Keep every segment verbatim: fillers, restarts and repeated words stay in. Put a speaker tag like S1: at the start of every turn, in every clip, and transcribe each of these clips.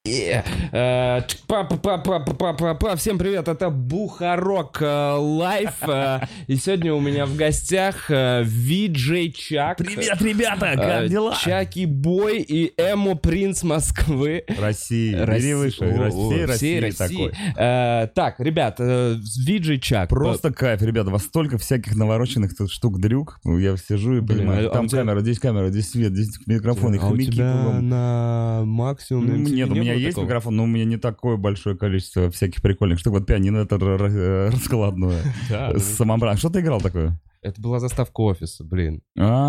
S1: Всем привет, это Бухарок Лайф. И сегодня у меня в гостях Ви-Джей Чак.
S2: Привет, ребята, как дела?
S1: Чаки Бой и Эмо Принц Москвы.
S2: России, бери выше, России, России, России такой.
S1: Так, ребят, Ви-Джей Чак.
S2: Просто кайф, ребята, вас столько всяких навороченных штук-дрюк. Я сижу и понимаю, там камера, здесь камера, здесь свет, здесь микрофон, и хомяки.
S1: А у тебя на максимум?
S2: Нет, у меня есть микрофон, но у меня не такое большое количество всяких прикольных штук. Вот пианино это раскладное. С самобраном. Что ты играл такое?
S1: Это была заставка офиса, блин.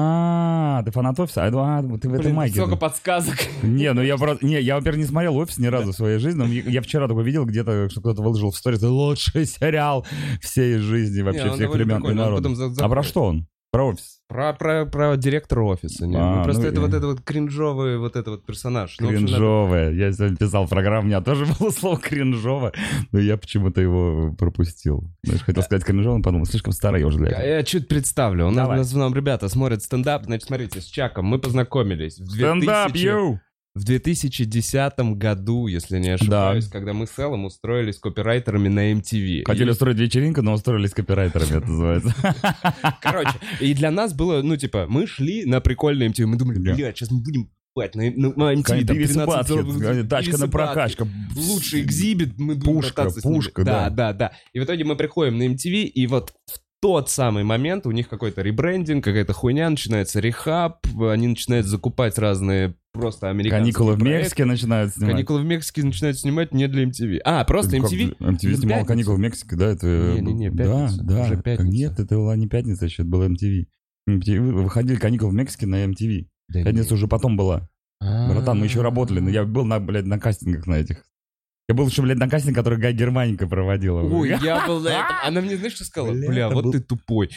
S2: А, ты фанат офиса? А, ты в этом майке.
S1: Сколько подсказок.
S2: Не, ну я просто... Не, я, во-первых, не смотрел офис ни разу в своей жизни, но я вчера только видел где-то, что кто-то выложил в сторис. Лучший сериал всей жизни, вообще всех времен и народа. А про что он? Про офис?
S1: Про, про, про директора офиса. Нет. А, ну, просто ну, это и... вот этот вот кринжовый вот этот вот персонаж.
S2: Кринжовый. Ну, я сегодня писал программу, у меня тоже было слово кринжовое, но я почему-то его пропустил. Знаешь, хотел сказать кринжовый, подумал, слишком старый уже для этого.
S1: Я чуть представлю. У нас, у нас нам ребята смотрят стендап. Значит, смотрите, с Чаком мы познакомились.
S2: Стендап, йоу!
S1: В две тысячи десятом году, если не ошибаюсь, да. Когда мы с Эллом устроились копирайтерами на эм ти ви.
S2: Хотели и... устроить вечеринку, но устроились копирайтерами, это называется.
S1: Короче, и для нас было, ну, типа, мы шли на прикольный эм ти ви, мы думали, блядь, сейчас мы будем на эм ти ви
S2: тринадцать, тачка на прокачка.
S1: Лучший экзибит, мы
S2: будем кататься с ними. Пушка,
S1: да. Да, да, да. И в итоге мы приходим на эм ти ви, и вот в тот самый момент у них какой-то ребрендинг, какая-то хуйня, начинается рехаб, они начинают закупать разные просто американские
S2: Каникулы
S1: проекты.
S2: в Мексике начинают снимать.
S1: Каникулы в Мексике начинают снимать не для эм ти ви. А, просто эм ти ви.
S2: эм ти ви снимал каникулы в Мексике, да? Это...
S1: Не-не-не, пятница.
S2: Да, да.
S1: Уже пятница.
S2: Нет, это была не пятница еще, это было эм ти ви. эм ти ви. Выходили каникулы в Мексике на эм ти ви. Да пятница нет. Уже потом была. А-а-а. Братан, мы еще работали, но я был, на, блядь, на кастингах на этих. Я был еще, блядь, на кастинг, который Гай Германика проводила.
S1: Ой, я был на этом. Она мне, знаешь, что сказала? Бля, Бля вот был... ты тупой.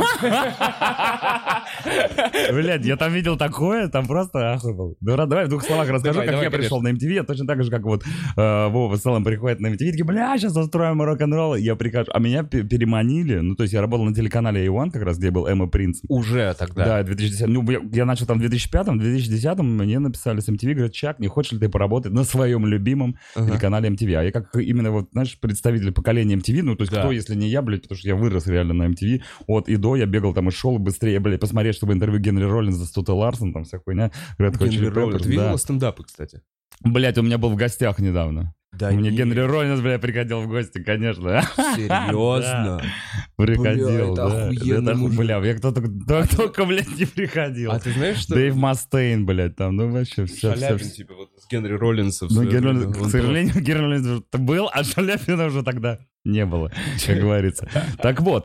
S2: Блядь, я там видел такое, там просто ахуй был. Давай в двух словах расскажу, как я пришел на эм ти ви. Точно так же, как вот Вова с Эллом приходят на эм ти ви. Такие, бля, сейчас устроим рок-н-ролл. Я прихожу. А меня переманили. Ну, то есть я работал на телеканале эй уан как раз, где был Эмо Принц.
S1: Уже тогда?
S2: Да, две тысячи десятом. Ну, я начал там в две тысячи пятом, в две тысячи десятом мне написали с эм ти ви, говорят, Чак, не хочешь ли ты поработать на своем любимом телеканале эм ти ви? А я как именно вот, знаешь, представитель поколения эм ти ви, ну, то есть да. Кто, если не я, блядь, потому что я вырос реально на эм ти ви, от и до, я бегал там и шел быстрее, блядь, посмотреть, чтобы интервью Генри Роллинза с Тутой Ларсон, там вся хуйня.
S1: Генри Роллинз, ты видел стендапы, кстати?
S2: Блядь, у меня был в гостях недавно.
S1: Да
S2: мне нет. Генри Роллинз, бля, приходил в гости, конечно.
S1: Серьезно?
S2: Да. Приходил, бля, да. Это охуенно. Бля, я кто только, только, блядь, не приходил.
S1: А ты знаешь, что...
S2: Дэйв Мастейн, блядь, там, ну вообще все.
S1: Шаляпин, все, типа, вот с Генри Роллинсом.
S2: Ну, Генри Роллинс, к сожалению, Генри Роллинс был, а Шаляпина уже тогда не было, как говорится. Так вот,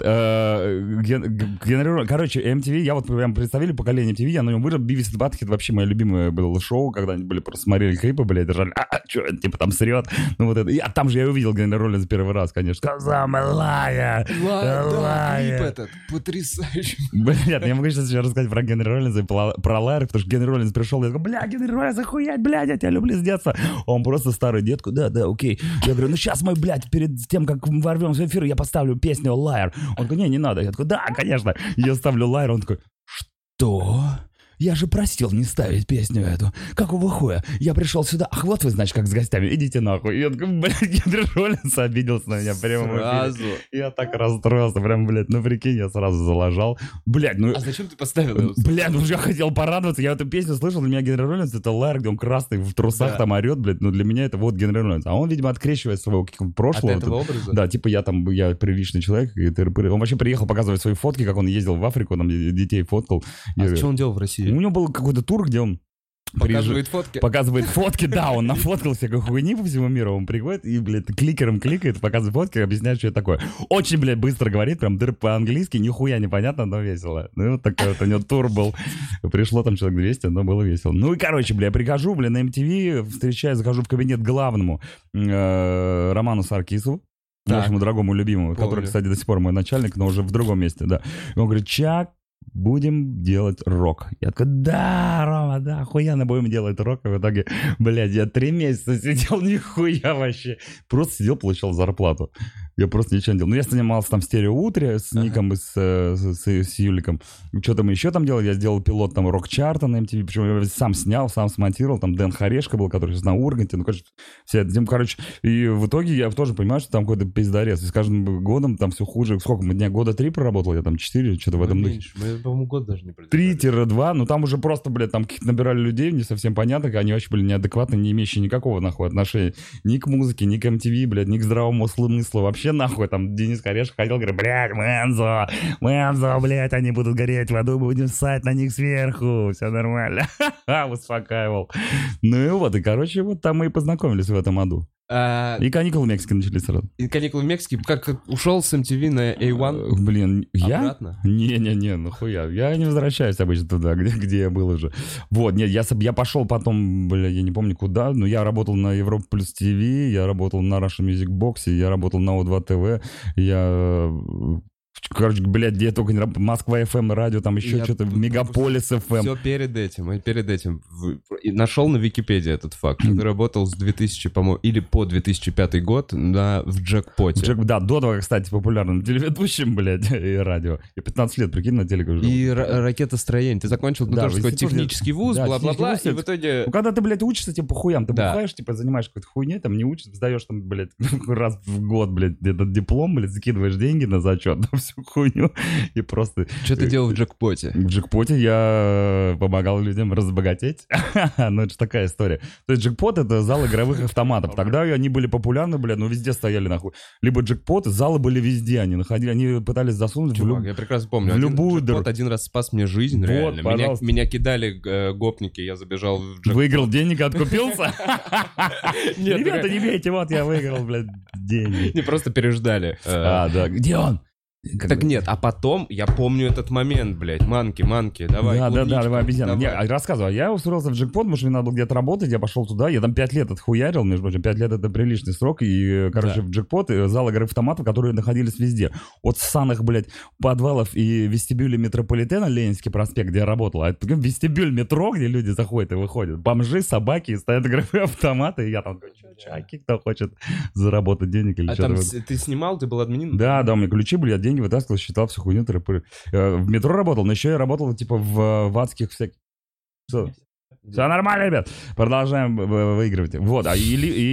S2: короче, эм ти ви, я вот прям представили поколение эм ти ви, я на нем вырос, Бивис и Батхед вообще мое любимое было шоу, когда они были, просто смотрели клипы, блядь, держали, а, что, типа там срет, ну вот это, а там же я увидел Генри Роллинс первый раз, конечно, сказал, Лая,
S1: да, клип этот, потрясающий.
S2: Блядь, я могу сейчас еще рассказать про Генри Роллинса и про Лайер, потому что Генри Роллинс пришел, я говорю, бля, Генри Роллинс, охуеть, блядь, я тебя люблю с детства. Он просто старый детку, да, да, окей. Я говорю, ну сейчас мы, блядь, перед тем, как ворвемся в эфир, я поставлю песню «Liar». Он такой, не, не надо. Я такой, да, конечно. Я ставлю «Liar», он такой, что? Я же просил не ставить песню эту. Какого хуя? Я пришел сюда. Ах, вот вы, значит, как с гостями. Идите нахуй. И я такой, блядь, Генри Роллинс обиделся на меня прямо
S1: сразу.
S2: В эфире. Я так расстроился. Прям, блядь, ну прикинь, я сразу залажал. Блядь, ну...
S1: А зачем ты поставил его?
S2: Блядь, ну я хотел порадоваться. Я эту песню слышал. Для меня Генри Роллинс — это Лайер, где он красный в трусах да. там орет, блядь. Ну для меня это вот Генри Роллинс. А он, видимо, открещивает своего прошлого.
S1: От этого образа?
S2: Да, типа я там, я приличный человек. И тыры-пыры. Он вообще приехал показывать свои фотки, как он ездил в Африку, там детей фоткал.
S1: А
S2: и...
S1: что он делал в России?
S2: У него был какой-то тур, где он
S1: показывает приезж... фотки.
S2: Показывает фотки, да, он нафоткал всякой хуйни по всему миру, он приходит и, блядь, кликером кликает, показывает фотки, объясняет, что это такое. Очень, блядь, быстро говорит, прям дыр по-английски, нихуя непонятно, но весело. Ну, вот такой вот у него тур был. Пришло там человек двести, но было весело. Ну и, короче, бля, я прихожу, бля, на эм ти ви, встречаю, захожу в кабинет главному э, Роману Саркисову, нашему дорогому любимому, Помню. который, кстати, до сих пор мой начальник, но уже в другом месте, да. И он говорит, Чак, будем делать рок. Я такой, да, Рома, да, охуенно будем делать рок. И в итоге, блядь, я три месяца сидел, нихуя вообще. Просто сидел, получал зарплату. Я просто ничего не делал. Ну, я занимался там в стереоутре с ага. Ником и с, с, с, с Юликом. Что-то мы еще там делали. Я сделал пилот там рок-чарта на эм ти ви. Причем я сам снял, сам смонтировал. Там Дэн Харешко был, который сейчас на Урганте. Ну, короче, все это, короче. И в итоге я тоже понимаю, что там какой-то пиздарец. И с каждым годом там все хуже. Сколько? Мы дня года три проработал, я там четыре, что-то
S1: мы
S2: в этом
S1: духе. Мы, по-моему, год даже не продержали.
S2: три-два. Ну, там уже просто, блядь, там набирали людей, не совсем понятно. Они вообще были неадекватны, не имеющие никакого, нахуй, отношения ни к музыке, ни к эм ти ви, блядь, ни к здравому смыслу. Вообще, нахуй, там Денис Корешко ходил, говорит, блядь, Мэнзо, Мэнзо, блядь, они будут гореть в аду, мы будем ссать на них сверху, все нормально. Успокаивал. Ну и вот, и, короче, вот там мы и познакомились в этом аду. А... И каникулы в Мексике начались сразу.
S1: И каникулы в Мексике. Как, как ушел с эм ти ви на эй один?
S2: Блин, я?
S1: Обратно?
S2: Не-не-не, нахуя. Я не возвращаюсь обычно туда, где, где я был уже. Вот, нет, я, я пошел потом, бля, я не помню куда, но я работал на Европа Плюс ТВ, я работал на Russia Music Box, я работал на О два ТВ, я... Короче, блядь, где я только не работал. Москва эф эм, радио, там еще я что-то, Мегаполис эф эм.
S1: Все перед этим, и перед этим. Нашел на Википедии этот факт, что ты работал с двухтысячного, по-моему, или по две тысячи пятый год на, в Джекпоте.
S2: Джек, да, до того, кстати, популярным телеведущим, блядь, и радио. И пятнадцать лет, прикинь, на телеке уже.
S1: И р- ракетостроение. Ты закончил, ну, да, тоже такой технический вуз, да, бла-бла-бла, и в итоге...
S2: Ну, когда ты, блядь, учишься, типа, по хуям, ты
S1: да.
S2: бухаешь, типа, занимаешь какой-то хуйней, там, не учишься, сдаешь, там, блядь, раз в год, блядь, этот диплом, блядь, закидываешь деньги на зачет, на всю хуйню. И просто...
S1: Что ты делал в Джекпоте?
S2: В Джекпоте я помогал людям разбогатеть. Ну, это же такая история. То есть Джекпот — это зал игровых автоматов. Тогда они были популярны, блядь, ну везде стояли, нахуй. Либо Джекпот, залы были везде. Они находили, они пытались засунуть
S1: Чувак,
S2: в люб...
S1: я прекрасно помню.
S2: В
S1: один
S2: любую
S1: Джекпот один раз спас мне жизнь, вот, реально. Меня, меня кидали э, гопники, я забежал в Джекпот.
S2: Выиграл денег, откупился? Ребята, не бейте, вот я выиграл, блядь, деньги.
S1: Не просто переждали.
S2: А, да. Где он?
S1: Как так бы... нет, а потом я помню этот момент, блядь, манки, манки, давай.
S2: Да, да, да, давай, обезьяна.
S1: Давай.
S2: Не, рассказывай, я устроился в Джекпот, потому что мне надо было где-то работать, я пошел туда, я там пять лет отхуярил, между прочим, пять лет это приличный срок, и, короче, да. В Джекпот зал игры автоматов, которые находились везде. От ссаных, блядь, подвалов и вестибюля метрополитена, Ленинский проспект, где я работал, а вестибюль метро, где люди заходят и выходят, бомжи, собаки, стоят игровые автоматы, и я там, чуваки, кто хочет заработать денег или
S1: а
S2: что-то.
S1: А там ты снимал, ты был админом?
S2: Да, да, у меня ключи были, я деньги вытаскивал, считал всю хуйню, тыры-пыры. В метро работал, но еще я работал, типа, в, в адских всяких... Что? Все нормально, ребят. Продолжаем выигрывать. Вот, а и,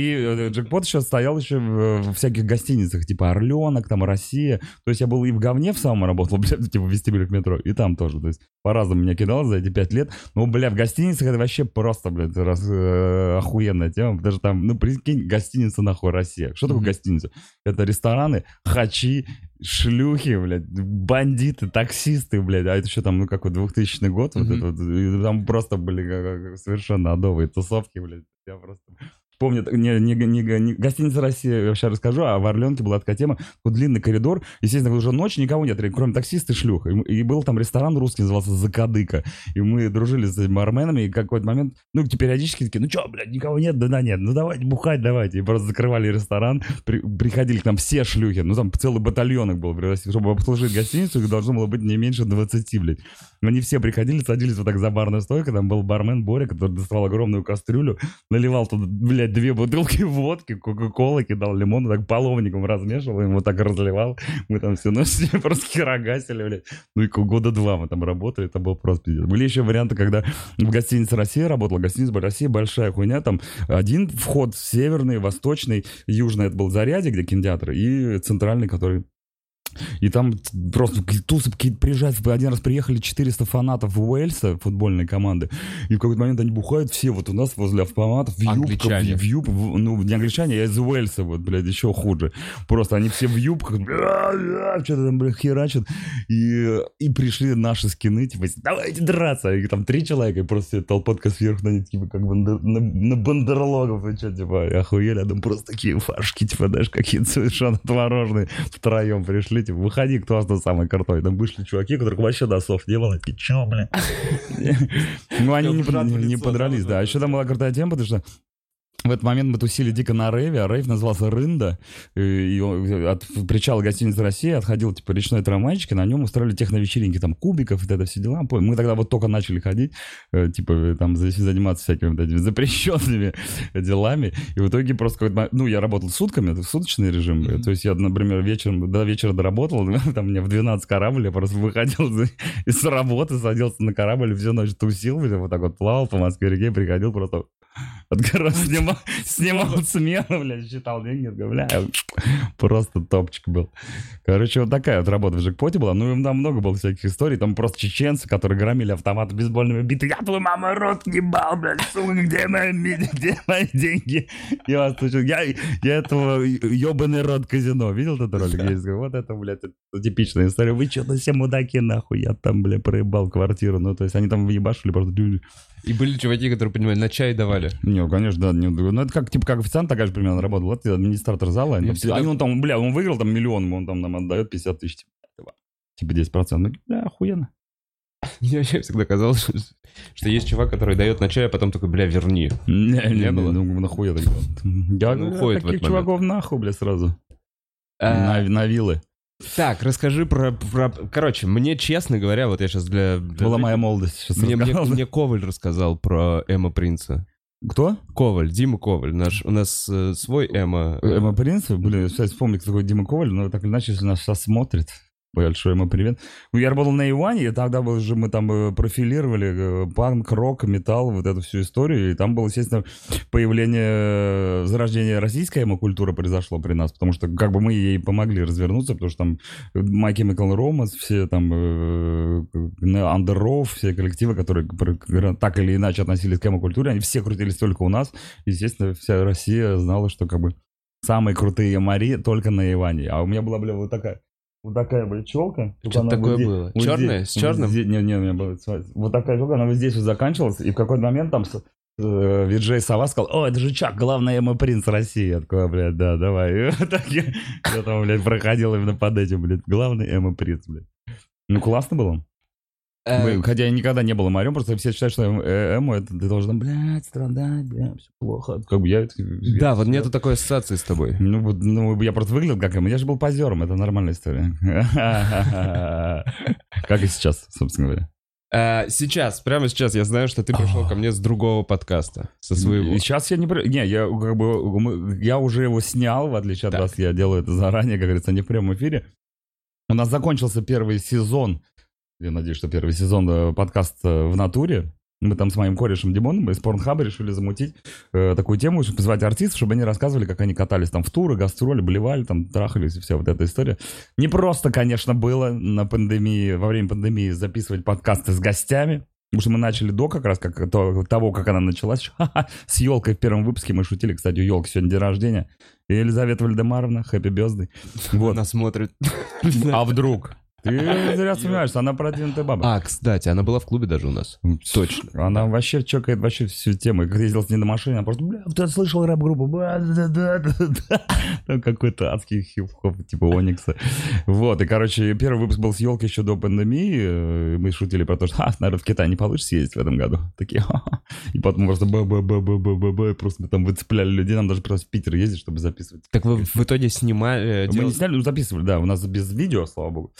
S2: и Джекпот еще стоял еще в, в всяких гостиницах, типа Орленок, там Россия. То есть я был и в говне в самом работал, блядь, типа в вестибюлях метро, и там тоже. То есть по-разному меня кидало за эти пять лет. Ну, бля, в гостиницах это вообще просто, блядь, раз, э, охуенная тема. Потому что там, ну, прикинь, гостиница нахуй Россия. Что mm-hmm. такое гостиница? Это рестораны, хачи, шлюхи, блядь, бандиты, таксисты, блядь, а это что там, ну, какой двухтысячный год, mm-hmm. вот это вот, и там просто были как, как, совершенно адовые тусовки, блядь, я просто... Помню, не, не, не, не гостиница «Россия», я сейчас расскажу, а в Орленке была такая тема, вот длинный коридор, естественно, уже ночь, никого нет, кроме таксиста и шлюх, и, и был там ресторан русский, назывался «Закадыка», и мы дружили с барменами, и в какой-то момент, ну, периодически такие, ну, что, блядь, никого нет, да, да, нет, ну, давайте бухать, давайте, и просто закрывали ресторан, при, приходили к нам все шлюхи, ну, там целый батальон их был, чтобы обслужить гостиницу, их должно было быть не меньше двадцати, блядь. Они все приходили, садились вот так за барной стойкой, там был бармен Боря, который доставал огромную кастрюлю, наливал туда, блядь, две бутылки водки, кока-колы, кидал лимон, так половником размешивал, ему так разливал. Мы там всю ночь просто херогасили, блядь. Ну и года два мы там работали, это был просто пиздец. Были еще варианты, когда в гостинице «Россия» работала, гостиница «Россия» большая хуйня, там один вход северный, восточный, южный, это был Зарядье, где кинотеатр, и центральный, который... И там просто тусы какие-то приезжают. Один раз приехали четыреста фанатов Уэльса, футбольной команды. И в какой-то момент они бухают все вот у нас возле автоматов. В юбках, в юбках. Ну, не англичане, я из Уэльса, вот, блядь, еще хуже. Просто они все в юбках, что-то там, блядь, херачат. И, и пришли наши скины, типа, давайте драться. И там три человека, и просто толпотка сверху на них, типа, как бы на, на, на бандерлогов. И что, типа, охуели. А там просто такие фашки, типа, знаешь, какие-то совершенно творожные. Втроем пришли. Типа, выходи, кто у нас самый крутой. Там вышли чуваки, которых вообще досов не было. Ты чё, бля? Ну, они не подрались, да. А еще там была крутая тема, потому что В этот момент мы тусили дико на рейве, а рейв назывался «Рында». И, и он от причала гостиницы «Россия» отходил, типа, речной трамвайчик, и на нем устроили техновечеринки, там, кубиков, вот это все дела. Мы тогда вот только начали ходить, типа, там, заниматься всякими вот этими запрещенными делами. И в итоге просто какой-то... Ну, я работал сутками, это суточный режим. Mm-hmm. То есть я, например, вечером, до вечера доработал, там, мне в двенадцать корабль, я просто выходил из работы, садился на корабль, всю ночь тусил, вот так вот плавал по Москве-реке, приходил просто... Отгород снимал, снимал смену, блядь, считал деньги, бля, просто топчик был. Короче, вот такая вот работа в джекпоте была. Ну, и там много было всяких историй. Там просто чеченцы, которые громили автоматы бейсбольными биты. Я твою маму рот ебал, блядь, сука, где мои, где мои деньги? Я вас слушаю. Я, я этого ебаный рот казино. Видел этот ролик? Я сказал, вот это, блядь, это типичная история. Вы что-то все мудаки, нахуй. Я там, блядь, проебал квартиру. Ну, то есть они там въебашили просто...
S1: И были чуваки, которые, понимали, на чай давали.
S2: Не, конечно, да. Не, ну, это как, типа, как официант такая же примерно работал. Вот администратор зала. Они, там, всегда... они, он там, бля, он выиграл там миллион, он там нам отдает пятьдесят тысяч. Типа, типа десять процентов. Ну, бля, охуенно.
S1: Мне вообще всегда казалось, что есть чувак, который дает на чай, а потом такой, бля, верни.
S2: Не, не, не было. Ну, нахуя так было. Я
S1: ну,
S2: уходит таких чуваков нахуй, бля, сразу.
S1: А...
S2: На, на виллы.
S1: Так, расскажи про, про... Короче, мне, честно говоря, вот я сейчас для... для...
S2: Была моя молодость. Сейчас
S1: мне, мне, мне Коваль рассказал про Эмо Принца.
S2: Кто?
S1: Коваль, Дима Коваль. Наш, у нас э, свой Эмо...
S2: Эмо Принц? Блин, я сейчас вспомню, кто такой Дима Коваль, но так или иначе, если нас сейчас смотрит... Большой ему привет. Ну, я работал на Иване, и тогда был же мы там профилировали панк, рок, металл, вот эту всю историю. И там было, естественно, появление, зарождение российской эмо-культуры произошло при нас, потому что как бы мы ей помогли развернуться, потому что там My Chemical Romance, все там Under Oath, все коллективы, которые так или иначе относились к эмо-культуре, они все крутились только у нас. Естественно, вся Россия знала, что как бы самые крутые эмо-ри только на Иване. А у меня была, бля, вот такая... Вот такая, блядь, челка.
S1: Что-то такое вот было. Вот черная? Здесь, с черным?
S2: Вот здесь, не, не, у меня была вот такая челка, она вот здесь вот заканчивалась, и в какой-то момент там э, Виджей Сова сказал, о, это же Чак, главный эмо-принц России. Я такой, блядь, да, давай. И вот так я, я там, блядь, проходил именно под этим, блядь, главный эмо-принц, блядь. Ну, классно было. Мы, хотя я никогда не был эморем, просто все считают, что эмо, это ты должен, блядь, страдать, блядь, все плохо. Как бы я...
S1: Да, вот нету такой ассоциации с тобой.
S2: Ну, вот, ну, я просто выглядел как эмо. Я же был позером, это нормальная история. Как и сейчас, собственно говоря.
S1: Сейчас, прямо сейчас я знаю, что ты пришел ко мне с другого подкаста, со своего.
S2: Сейчас я не... Не, я как бы... Я уже его снял, в отличие от вас, я делаю это заранее, как говорится, не в прямом эфире. У нас закончился первый сезон. Я надеюсь, что первый сезон подкаста «В натуре». Мы там с моим корешем Димоном из Порнхаба решили замутить э, такую тему, чтобы позвать артистов, чтобы они рассказывали, как они катались там в туры, гастроли, блевали, там трахались и вся вот эта история. Не просто, конечно, было на пандемии, во время пандемии записывать подкасты с гостями, потому что мы начали до как раз как, то, того, как она началась. С елкой в первом выпуске мы шутили. Кстати, у елки сегодня день рождения. И Елизавета Вальдемаровна, хэппи бёздэй. Вот.
S1: Она смотрит.
S2: А вдруг... Ты зря сомневаешься, она продвинутая баба.
S1: А, кстати, она была в клубе даже у нас.
S2: Точно. Она вообще чекает вообще всю тему. И когда ездил с ней на машине, она просто, бля, кто слышал рэп-группу? Да-да-да-да-да. Там какой-то адский хип-хоп, типа Оникса. Вот, и, короче, первый выпуск был с елки еще до пандемии. Мы шутили про то, что, а, наверное, в Китай не получится съездить в этом году. Такие, ха-ха. И потом просто ба-ба-ба-ба-ба-ба-ба. Просто мы там выцепляли людей. Нам даже просто в Питер ездить, чтобы записывать.
S1: Так вы в итоге снимали?
S2: Мы не сняли, ну записывали, да. У нас без видео, слава богу.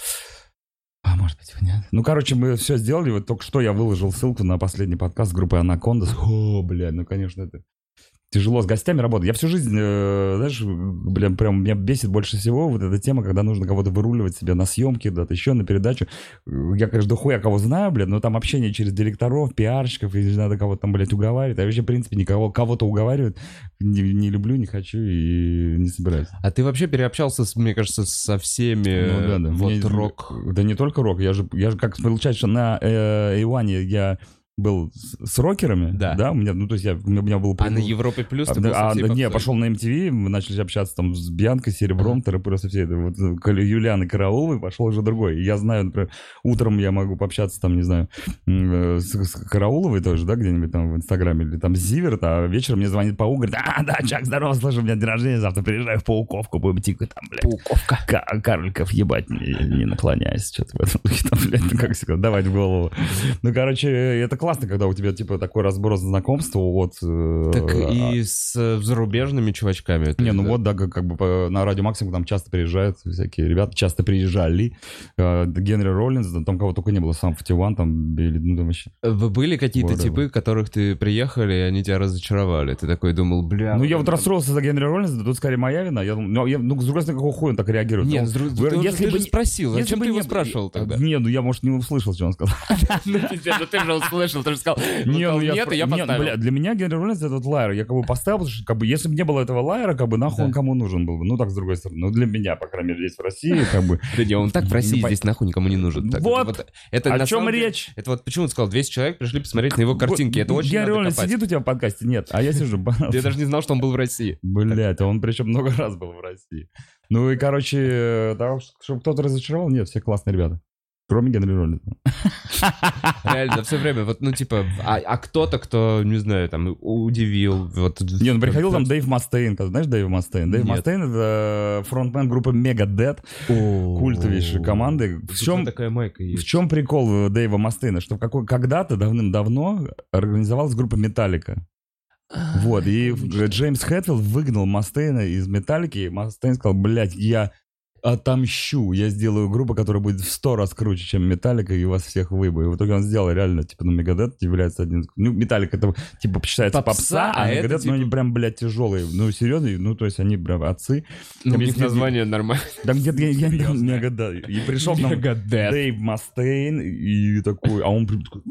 S2: А, может быть, нет. Ну, короче, мы все сделали. Вот только что я выложил ссылку на последний подкаст группы Анакондас. О, блядь, ну, конечно, это тяжело с гостями работать. Я всю жизнь, э, знаешь, блин, прям меня бесит больше всего вот эта тема, когда нужно кого-то выруливать себе на съемки, куда-то еще на передачу. Я, конечно, дохуя кого знаю, блядь, но там общение через директоров, пиарщиков, и надо кого-то там, блядь, уговаривать. А вообще, в принципе, никого, кого-то уговаривать не, не люблю, не хочу и не собираюсь.
S1: А ты вообще переобщался, с, мне кажется, со всеми,
S2: ну, да, да.
S1: вот
S2: Мне,
S1: рок?
S2: Да не только рок, я же, я же как получается, что на э, Иване я... был с, с рокерами,
S1: да.
S2: да, у меня, ну, то есть я, у меня был...
S1: А на Европе Плюс ты был
S2: а,
S1: со всей
S2: а, не, пошел на эм ти ви, мы начали общаться там с Бьянкой, Серебром, uh-huh. просто все это, вот, Юлианой Карауловой, пошел уже другой. И я знаю, например, утром я могу пообщаться там, не знаю, с, с Карауловой тоже, да, где-нибудь там в Инстаграме, или там с Зиверт, а вечером мне звонит Паук, говорит, а, да, Чак, здорово, слушай, у меня день рождения, завтра приезжаю в Пауковку, будем тикать там, блядь.
S1: Пауковка.
S2: К- карликов ебать, не, не наклоняясь, что-то в этом духе, там, блядь, ну, как всегда, давать в голову. Ну, короче, это классно. классно, когда у тебя, типа, такой разброс знакомства от...
S1: Так и с зарубежными чувачками.
S2: Не, ну вот, да, как, как бы на Радио Максимум там часто приезжают всякие ребята, часто приезжали. Генри Роллинз, там кого только не было, сам Форти Уан, там, ну, там вообще...
S1: Вы были какие-то
S2: Whatever.
S1: типы, которых ты приехали, и они тебя разочаровали? Ты такой думал, бля...
S2: Ну, я
S1: вот
S2: вот расстроился за Генри Роллинза, тут скорее моя вина. Я, ну, я, ну, с другой стороны, какого хуя он так реагирует?
S1: Нет,
S2: Он,
S1: с друг-
S2: вы-
S1: ты,
S2: если
S1: ты
S2: бы
S1: же
S2: не-
S1: спросил,
S2: если
S1: зачем
S2: бы
S1: ты его
S2: не-
S1: спрашивал тогда?
S2: Не, ну я, может, не услышал, что он сказал.
S1: Ну, ты же услышал, ты же сказал,
S2: Не, ну я
S1: нет,
S2: спро-
S1: и я
S2: не, ну,
S1: поставил.
S2: бля, для меня Генри Роллинз это вот лайер. Я как бы поставил, потому что как бы, если бы не было этого лайера, как бы нахуй
S1: Да.
S2: он кому нужен был бы. Ну так, с другой стороны. Ну для меня, по крайней мере, здесь в России, как бы.
S1: Да не, он так в России
S2: Ну, по-
S1: здесь нахуй никому не нужен. Так,
S2: Вот.
S1: это, это
S2: О
S1: на
S2: чем
S1: самом деле-
S2: речь?
S1: Это вот почему он сказал, двести человек пришли посмотреть на его картинки. Это очень
S2: Генри
S1: надо
S2: Роллинз
S1: копать.
S2: сидит у тебя в подкасте? Нет. А я сижу.
S1: Я даже не знал, что он был в России.
S2: Блять, а он причем много раз был в России. Ну и, короче, того, чтобы кто-то разочаровал, нет, все классные ребята. Кроме Генри Роллинза.
S1: Реально, все время, вот, ну, типа, а, а кто-то, кто, не знаю, там, удивил, вот...
S2: Не, ну приходил там Дэйв Мастейн, знаешь Дэйв Мастейн? Дэйв
S1: Нет.
S2: Мастейн — это фронтмен группы Megadeth, культовейшей команды. В чем,
S1: такая майка
S2: в
S1: есть?
S2: чем прикол Дэйва Мастейна? Что в какой, когда-то, давным-давно, организовалась группа Металлика. Вот, и Джеймс Хэтфилд выгнал Мастейна из Металлики, и Мастейн сказал, блядь, я отомщу, я сделаю группу, которая будет в сто раз круче, чем Металлика, и вас всех выебу. И в итоге он сделал реально, типа, ну, Мегадет является один из... Ну, Металлика это, типа, считается
S1: Попса,
S2: попса,
S1: а
S2: а
S1: это,
S2: Мегадет,
S1: типа-
S2: ну, они прям, блядь, тяжелые. Ну, серьезно, ну, то есть они прям отцы.
S1: Ну, у
S2: Там
S1: них
S2: где-
S1: название нормально.
S2: Да где-то я, я не знаю, Мегадет. И пришел к нам
S1: Мегадет.
S2: Дэйв Мастейн, и такой, а он прям такой,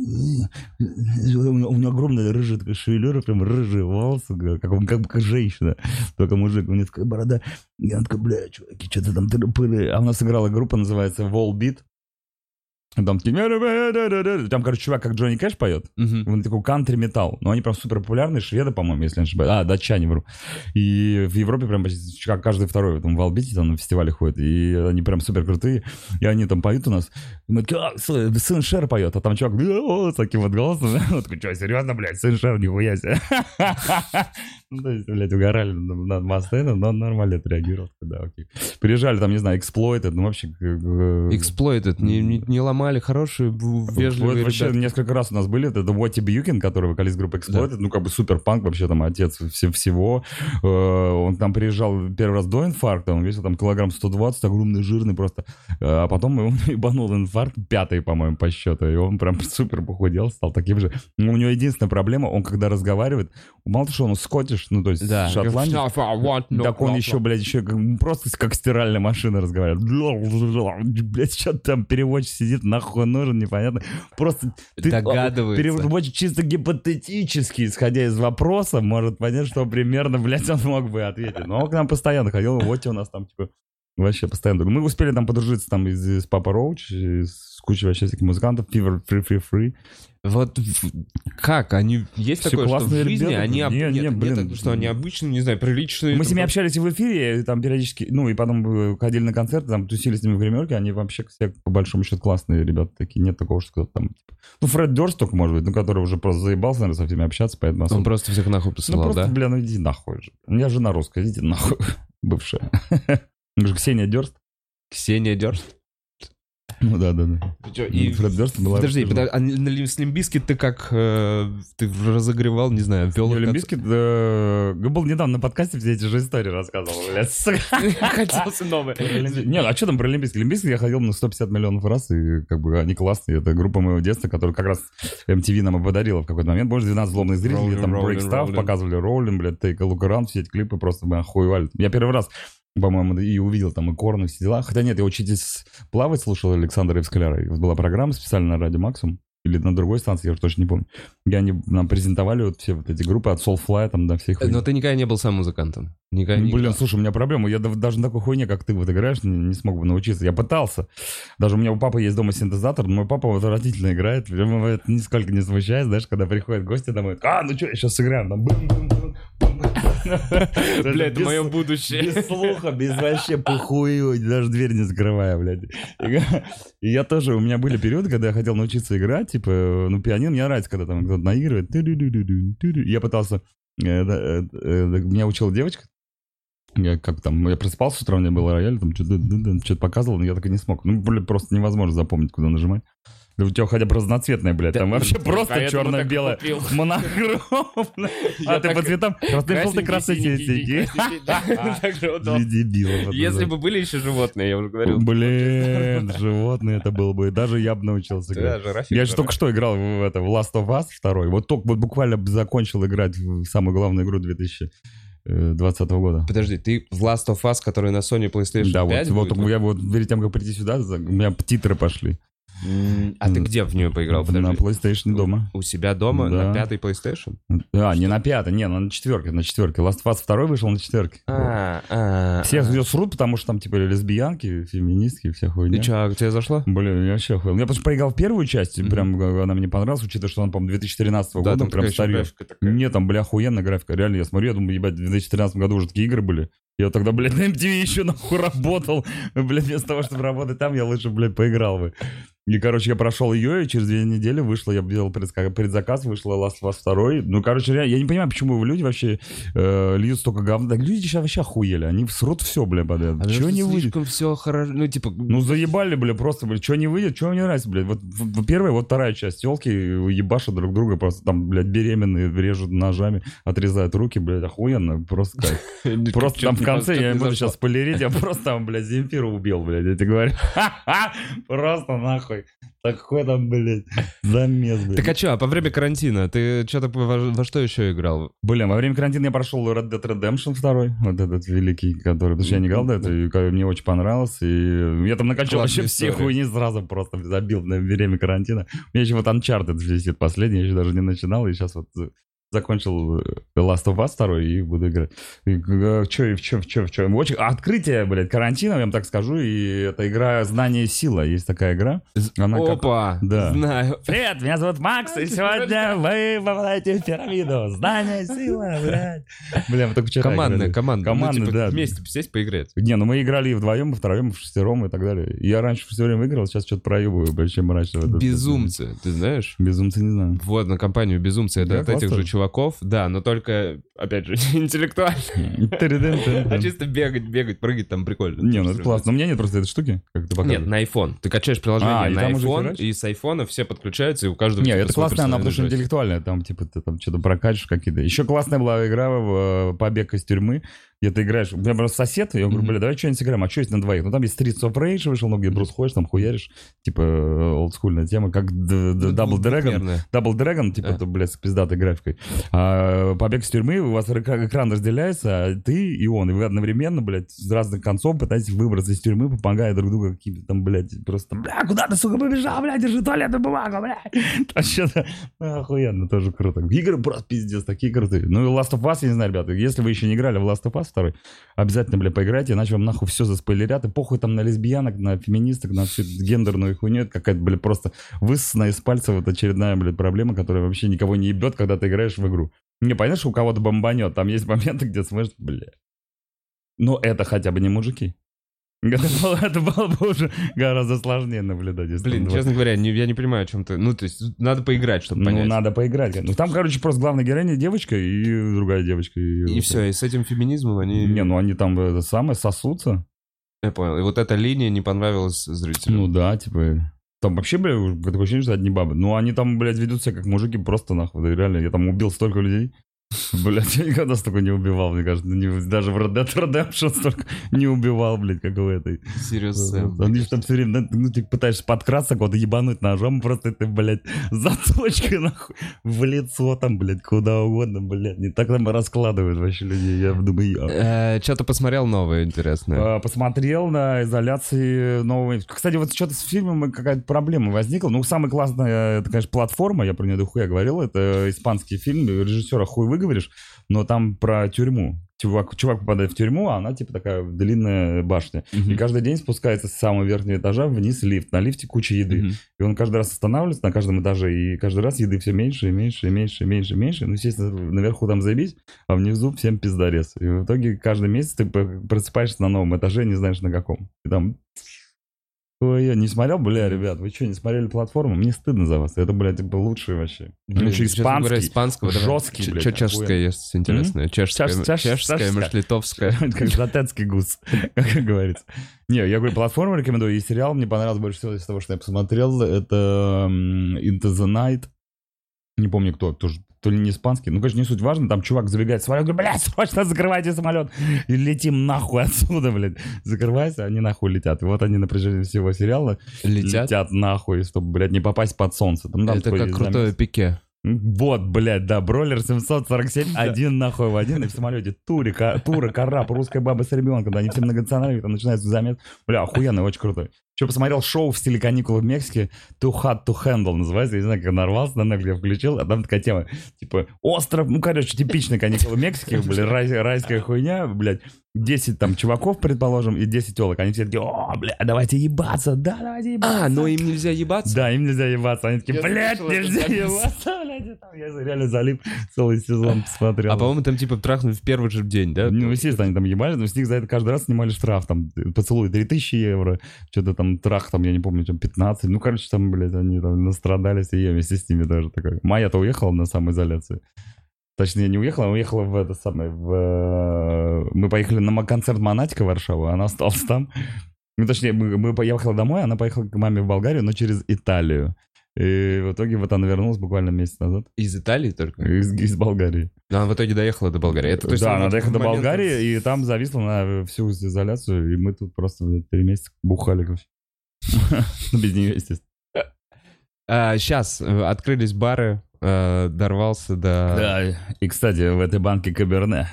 S2: у него у него огромная рыжая такая шевелюра, прям рыжие волосы, как он как бы как женщина, только мужик, у него такая борода. И он такой, бля, чуваки, что-то там тыры-пыры. А у нас играла группа, называется Volbeat. Там такие... Там, короче, чувак, как Джонни Кэш поет.
S1: Мгм.
S2: Он такой кантри-металл. Но они прям супер популярные, шведы, по-моему, если я не ошибаюсь. А, датчане, вру. И в Европе прям почти как каждый второй там в Албите там на фестивале ходит. И они прям супер крутые. И они там поют у нас. И мы такие, а, сын сын Шер поет. А там чувак «О», с таким вот голосом. Он такой, что, серьезно, блядь, сын Шер, нихуя себе. Ну, то есть, блядь, угорали над Мастейном, но он нормально отреагировал. Да, окей. Приезжали там, не знаю, Exploited, ну вообще...
S1: Exploited, не, не, не ломали, хорошие, в- вежливые
S2: Вот вообще
S1: ребята.
S2: несколько раз у нас были. Это Уотти Бьюкин, который вокалист группы Exploited, ну как бы супер панк, вообще там отец все, всего. Э, Он там приезжал первый раз до инфаркта, он весил там килограмм сто двадцать, огромный, жирный просто. Э, А потом его ебанул инфаркт, пятый, по-моему, по счету. И он прям супер похудел, стал таким же. Но у него единственная проблема, он когда разговаривает, мало того, что он скотиш, ну то есть
S1: Да.
S2: шотландец, так он еще, блядь, еще как- просто как стиральная машина разговаривает. Блядь, что-то там переводчик сидит, нахуй нужен, непонятно. Просто ты-
S1: Догадывается.
S2: переводчик чисто гипотетически, исходя из вопроса, может понять, что примерно, блядь, он мог бы ответить. Но он к нам постоянно ходил, вот у нас там, типа, вообще постоянно. Мы успели там подружиться там из, из Папа Роуч, с кучей вообще всяких музыкантов, Fever, Free, Free, Free.
S1: Вот в- как? Они есть
S2: Все
S1: такое, что в
S2: классные
S1: жизни
S2: ребята.
S1: они... об-
S2: Не,
S1: нет,
S2: не,
S1: нет,
S2: блин.
S1: так, что они обычные, не знаю, приличные.
S2: Мы с
S1: там,
S2: ними общались и в эфире, и там периодически, ну, и потом э, ходили на концерты, там тусили с ними в гримерке, они вообще все, по большому счету, классные ребята такие. Нет такого, что кто-то там, типа... Ну, Фред Дёрст только, может быть, ну, который уже просто заебался, наверное, со всеми общаться, поэтому...
S1: Он
S2: особо-
S1: просто всех нахуй
S2: Ну,
S1: посылал,
S2: просто,
S1: да?
S2: бля, ну иди нахуй же. У меня жена русская, идите нахуй, бывшая. Ну, же Ксения Дёрст.
S1: Ксения Дёрст?
S2: Ну, да-да-да.
S1: Ты чё, и...
S2: Фред Дёрст была...
S1: Подожди,
S2: русская
S1: подожди, а на Лим- с Лимбискет ты как... э, ты разогревал, не знаю, вел...
S2: жена. Олимпийский, э, был недавно на подкасте все эти же истории рассказывал, блядь.
S1: Хотелся новый.
S2: Нет, а что там про Олимпийский? Олимпийский я ходил на сто пятьдесят миллионов раз, и как бы они классные. Это группа моего детства, которую как раз эм ти ви нам и подарила в какой-то момент. Больше двенадцать злобных зрителей,
S1: Rolling,
S2: там
S1: rolling,
S2: Break Stuff
S1: rolling.
S2: показывали, Rolling, блядь, Take a Look Around, все эти клипы просто мы охуевали. Я первый раз, по-моему, и увидел там и Корн, и все дела. Хотя нет, я «Учитесь плавать» слушал Александра Евскляра. И была программа специально на Радио Максимум. Или на другой станции, я уже точно не помню. И они нам презентовали вот все вот эти группы от Soulfly, там, до всех.
S1: Но ты никогда не был сам музыкантом. Никогда не...
S2: Блин, слушай, у меня проблема. Я да- даже на такой хуйне, как ты вот играешь, не, не смог бы научиться. Я пытался. Даже у меня у папы есть дома синтезатор, но мой папа вот отвратительно играет. Прямо это нисколько не смущает, знаешь, когда приходят гости домой. А, ну что, сейчас сыграем. Там бум-бум-бум.
S1: Бля, это
S2: Без-
S1: мое будущее.
S2: Без слуха, без вообще похую, даже дверь не закрывая, блядь. И я тоже, у меня были периоды, когда я хотел научиться играть, типа, ну, пианино, мне нравится, когда там кто-то наигрывает. Ту-ду-ду-ду-ду-ду. Я пытался, э, э, э, меня учила девочка, я как там, я просыпался с утра, у меня был рояль, там что-то, что-то показывал, но я так и не смог. Ну, блин, просто невозможно запомнить, куда нажимать. Да у тебя хотя бы разноцветная, блядь. Там
S1: Да,
S2: вообще
S1: ну,
S2: просто
S1: поэтому так и
S2: черно-белое.
S1: купил.
S2: Монохром.
S1: Я
S2: А ты
S1: так-
S2: по цветам? Красный, желтый, красный,
S1: Красненький,
S2: синий.
S1: синенький, да. Так же удобно.
S2: Дебилов.
S1: Если бы были еще животные, я уже говорил.
S2: Блин, животные это было бы. Даже я бы научился
S1: Да,
S2: играть.
S1: жирафик,
S2: Я же
S1: жирафик.
S2: только что играл в это в Last of Us два. Вот только вот буквально закончил играть в самую главную игру две тысячи двадцатого года.
S1: Подожди, ты в Last of Us, который на Sony PlayStation
S2: Да, вот,
S1: пять
S2: вот
S1: будет?
S2: я вот перед тем, как прийти сюда, за- у меня титры пошли.
S1: М, А ты где в нее поиграл?
S2: На
S1: Подожди.
S2: PlayStation дома.
S1: У себя дома
S2: Да.
S1: на пятой PlayStation?
S2: А, не на пятой, не, на четверке, на четверке. Last of Us два вышел на четверке.
S1: А, а,
S2: Все
S1: а.
S2: ее срут, потому что там типа лесбиянки, феминистки, вся хуйня.
S1: И чё, а тебе зашло?
S2: Блин, я вообще охуел. Я просто поиграл в первую часть, и
S1: Мгм.
S2: прям э, она мне понравилась, учитывая, что она, по-моему, две тысячи тринадцатого
S1: Да,
S2: года,
S1: там
S2: прям
S1: такая ещё
S2: старее.
S1: графика такая.
S2: Мне там, бля, охуенная графика. Реально, я смотрю, я думаю, ебать, в две тысячи тринадцатом году уже такие игры были. Я тогда, блядь, на эм ти ви еще нахуй работал. Блядь, вместо того, чтобы работать там, я лучше, блядь, поиграл бы. И, короче, я прошел ее, и через две недели вышло, я делал предзак- предзаказ, вышло Last of Us два. Ну, короче, реально, я не понимаю, почему люди вообще э, льют столько говна. Да люди сейчас вообще охуели, они срут все, бля, подряд.
S1: А
S2: Чего
S1: потому
S2: не
S1: что
S2: выйдет?
S1: слишком все хорошо, ну типа...
S2: Ну, заебали, бля, просто, бля, что не выйдет, что мне нравится, блядь. Вот в- в- первая, вот вторая часть. Телки ебашат друг друга, просто там, блядь, беременные, режут ножами, отрезают руки, блядь, охуенно, просто кайф. Просто там в конце, я не буду сейчас спойлерить, я просто там, блядь, Земфира убил, блядь, я тебе говорю. Просто нахуй. Такой там, блядь, замес, блядь.
S1: Так а чё, а по время карантина ты что-то во, во что еще играл?
S2: Блин, во время карантина я прошел Red Dead Redemption два, вот этот великий, который, потому что я не играл до этого, и ка- мне очень понравилось, и я там накачал
S1: Классная
S2: вообще все
S1: история.
S2: хуйни сразу просто забил на время карантина. У меня еще вот Uncharted висит последний, я еще даже не начинал, и сейчас вот э, закончил э, Last of Us два и буду играть. И, э, чё, и в чё, в чё, в чё? Очень... Открытие, блядь, карантина, я вам так скажу, и это игра «Знание и сила». Есть такая игра. Она как-
S1: Опа,
S2: Да.
S1: знаю.
S2: Привет, меня зовут Макс, и сегодня вы попадаете в пирамиду. Знание, сила, блядь. Бля, мы только вчера
S1: Командная,
S2: играли.
S1: команда.
S2: Командная,
S1: ну, типа,
S2: да.
S1: вместе сесть поиграть.
S2: Не, ну мы играли и вдвоем, и втроем, и в шестером и так далее. Я раньше все время выиграл, сейчас что-то проебываю, блядь, чем раньше. Вот это-
S1: Безумцы, ты знаешь?
S2: Безумцы не знаю.
S1: Вот, на компанию «Безумцы» это
S2: Да,
S1: от этих
S2: классно.
S1: же чуваков, да, но только, опять же, интеллектуально. А чисто бегать, бегать, прыгать там прикольно.
S2: Не, ну это классно. Но у меня нет просто этой штуки, как ты
S1: Нет,
S2: показываешь.
S1: на iPhone. Ты качаешь приложение
S2: А, и
S1: на
S2: там уже
S1: iPhone,
S2: херачишь?
S1: и с iPhone все подключаются, и у каждого...
S2: Не,
S1: типа,
S2: это
S1: свой
S2: классная, она потому что
S1: персональный джойстик.
S2: интеллектуальная, там, типа, ты там что-то прокачиваешь какие-то. Еще классная была игра в э, «Побег из тюрьмы», где ты играешь. У меня просто сосед, я говорю,
S1: Мгм.
S2: бля, давай что-нибудь сыграем, а что есть на двоих? Ну, там есть Streets of Rage вышел, ну, где Брус ходишь, там хуяришь, типа, э, олдскульная тема, как Д- Д-
S1: Ну,
S2: Double Dragon.
S1: двухмерная.
S2: Double Dragon, типа,
S1: А.
S2: это, блядь, с пиздатой графикой. А «Побег из тюрьмы», у вас эка- экран разделяется, а ты и он, и вы одновременно, блядь, с разных концов пытаетесь выбраться из тюрьмы, помогая друг другу какими-то там, блядь, просто, бля, куда ты, сука, побежал, блядь, держи туалетную бумагу, блядь. Там что-то охуенно, тоже круто. Игры просто пиздец, такие крутые. Ну и Last of Us, я не знаю, ребята, если вы еще не играли в Last of Us два, обязательно, бля, поиграйте, иначе вам нахуй все заспойлерят, и похуй там на лесбиянок, на феминисток, на всю эту гендерную хуйню, это какая-то, бля, просто высосанная из пальца вот очередная, блядь, проблема, которая вообще никого не ебет, когда ты играешь в игру. Не, понятно, что у кого-то бомбанет, там есть моменты, где смотришь, бля. Но это хотя бы не мужики. Это было, это было бы уже гораздо сложнее наблюдать. если
S1: Блин,
S2: там
S1: честно говоря, не- я не понимаю, о чем ты... Ну, то есть, надо поиграть, чтобы
S2: Ну,
S1: понять.
S2: надо поиграть. Ну, там, короче, просто главная героиня девочка и другая девочка.
S1: И все, и с этим феминизмом они...
S2: Не, ну они там это самое сосутся.
S1: Я понял. И вот эта линия не понравилась зрителям.
S2: Ну да, типа... Там вообще, бля, такое ощущение, что одни бабы. Ну, они там, блядь, ведут себя как мужики просто, нахуй. Да, реально, я там убил столько людей. Блядь, я никогда столько не убивал, мне кажется. Не- даже в Red Dead Redemption столько не убивал, блядь, как в этой.
S1: Serious Sam.
S2: Они же там все время, ну, ты пытаешься подкрасться, кого-то ебануть ножом, просто ты, блядь, заточкой, нахуй, в лицо там, блядь, куда угодно, блядь. Не так там раскладывают вообще людей, я думаю, я...
S1: Что-то посмотрел новое интересное.
S2: А, Посмотрел на изоляции нового... Кстати, вот что-то с фильмом какая-то проблема возникла. Ну, самая классная, это, конечно, платформа, я про нее дохуя говорил, это испанский фильм, режиссера хуй выговоришь, но там про тюрьму. Чувак, чувак попадает в тюрьму, а она типа такая длинная башня.
S1: Мгм.
S2: И каждый день спускается с самого верхнего этажа вниз лифт. На лифте куча еды.
S1: Мгм.
S2: И он каждый раз останавливается на каждом этаже, и каждый раз еды все меньше и меньше и меньше и меньше и меньше. Ну, естественно, наверху там заебись, а внизу всем пиздарез. И в итоге каждый месяц ты п- просыпаешься на новом этаже, не знаешь на каком. И там Ой, я не смотрел, бля, ребят, вы что, не смотрели платформу? Мне стыдно за вас. Это, блядь, типа лучший вообще.
S1: Блин,
S2: Лучше
S1: честно говоря,
S2: испанский,
S1: испанского, давай.
S2: жесткий,
S1: Ч-
S2: блядь.
S1: Чё чешское
S2: охуенно.
S1: есть интересное? Чешское,
S2: Чеш- чеш-
S1: чешское,
S2: чешское.
S1: может, литовское.
S2: Как затецкий гус, как говорится. Не, я говорю, платформу рекомендую. И сериал мне понравился больше всего из того, что я посмотрел. Это м, Into the Night. Не помню кто, тоже то ли не испанский. Ну, конечно, не суть важно. Там чувак забегает в самолет, говорит, блядь, срочно закрывайте самолет. И летим нахуй отсюда, блядь. Закрывайся, они нахуй летят. И вот они на протяжении всего сериала
S1: Летят?
S2: летят нахуй, чтобы, блядь, не попасть под солнце. Там, там
S1: Это
S2: такой
S1: как
S2: есть
S1: крутое
S2: замес.
S1: пике.
S2: Вот, блядь, да, бройлер семьсот сорок семь, один нахуй в один, и в самолете тури, ка, тура, карап, русская баба с ребенком, да, они все многонациональные, там начинается замес. Бля, охуенно, очень крутой. Еще посмотрел шоу в стиле каникулы в Мексике, Too Hot to Handle называется, я не знаю, как нарвался, на Netflix включил, а там такая тема, типа, остров, ну, короче, типичные каникулы в Мексике, блядь, рай, райская хуйня, блядь, десять там чуваков, предположим, и десять телок, они все такие, о, бля, давайте ебаться, да, давайте ебаться.
S1: А, но им нельзя ебаться?
S2: Да, им нельзя ебаться. Они такие,
S1: Я
S2: блядь,
S1: слышал, это
S2: нельзя
S1: запись.
S2: ебаться, блядь. и там Я реально залип, целый сезон посмотрел.
S1: А по-моему, там типа трахнуть в первый же день, да?
S2: Ну, естественно, они там ебали, но с них за это каждый раз снимали штраф, там, поцелуй три тысячи евро, что-то там, трах, там, я не помню, там, пятнадцать, ну, короче, там, блядь, они там настрадались, и я вместе с ними даже такой. Майя-то уехала на самоизоляцию. Точнее, не уехала, а уехала в это самое, в... э, Мы поехали на концерт Монатика в Варшаву, она осталась там. Ну, точнее, мы, мы поехали домой, она поехала к маме в Болгарию, но через Италию. И в итоге вот она вернулась буквально месяц назад.
S1: Из Италии только?
S2: Из, из Болгарии.
S1: Но она в итоге доехала до Болгарии. Это, то есть,
S2: да,
S1: она
S2: она доехала до
S1: в момент-
S2: Болгарии, и там зависла на всю изоляцию, и мы тут просто блядь, три месяца бухали, короче. Ну, без нее, естественно.
S1: А, сейчас открылись бары, э, дорвался до...
S2: Да, и, кстати, в этой банке Каберне.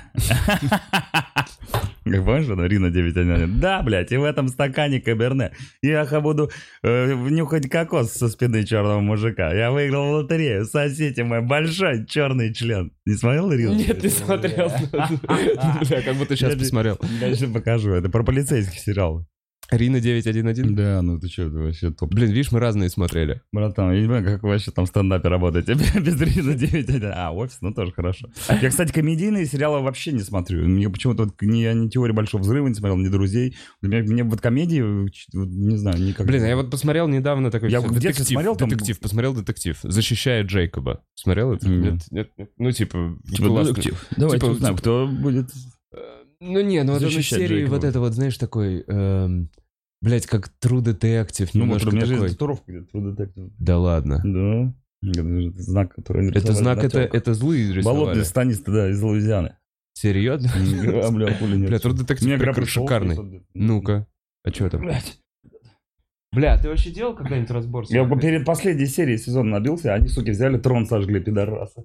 S2: Как помнишь, она Рина девять один? Да, блядь, и в этом стакане Каберне. Я буду э, нюхать кокос со спины черного мужика. Я выиграл в лотерею. Соседи мой большой черный член. Не смотрел Рину?
S1: Нет, не смотрел. Бля, как будто сейчас
S2: Я-
S1: посмотрел.
S2: Я сейчас покажу. Это про полицейский сериал.
S1: Рина девять один один?
S2: Да, ну ты что, это вообще топ.
S1: Блин, видишь, мы разные смотрели.
S2: Братан, я не понимаю, как вы вообще там в стендапе работаете без Рина девять один. А, офис, ну тоже хорошо. Я, кстати, комедийные сериалы вообще не смотрю. Мне почему-то вот ни, я ни «Теорию большого взрыва» не смотрел, ни «Друзей». Мне, мне вот комедии, вот не знаю, никак.
S1: Блин, а я вот посмотрел недавно такой...
S2: Я
S1: фильм,
S2: в детстве
S1: детектив,
S2: смотрел там-
S1: детектив, посмотрел детектив. «Защищая Джейкоба». Смотрел это?
S2: Нет.
S1: Нет, нет, нет. Ну, типа,
S2: Типа,
S1: классно.
S2: детектив. Давайте
S1: Типа,
S2: узнаем,
S1: типа-
S2: кто будет...
S1: Э, Ну, не, ну вот этой
S2: Защищать
S1: серии
S2: Джейкоба.
S1: вот это вот, знаешь, такой... эм, Блять, как True Detective,
S2: Ну, вот
S1: немножко
S2: у меня же есть
S1: такой.
S2: татуировка где-то, True Detective.
S1: Да ладно.
S2: Да. Это же знак, который...
S1: Это
S2: нарисовали
S1: знак,
S2: на
S1: это,
S2: тёлках.
S1: это злые рисовали.
S2: Болотные станисты, да, из Луизианы.
S1: Серьезно?
S2: А, бля, хули нет.
S1: Бля, True Detective
S2: Мне игра
S1: прикольный,
S2: пришел,
S1: шикарный.
S2: пятьсот где-то.
S1: Ну-ка, а что там?
S2: Блядь.
S1: Бля, ты вообще делал когда-нибудь разбор?
S2: Я бы перед последней серией сезона набился, они, суки, взяли трон, сожгли, пидорасы.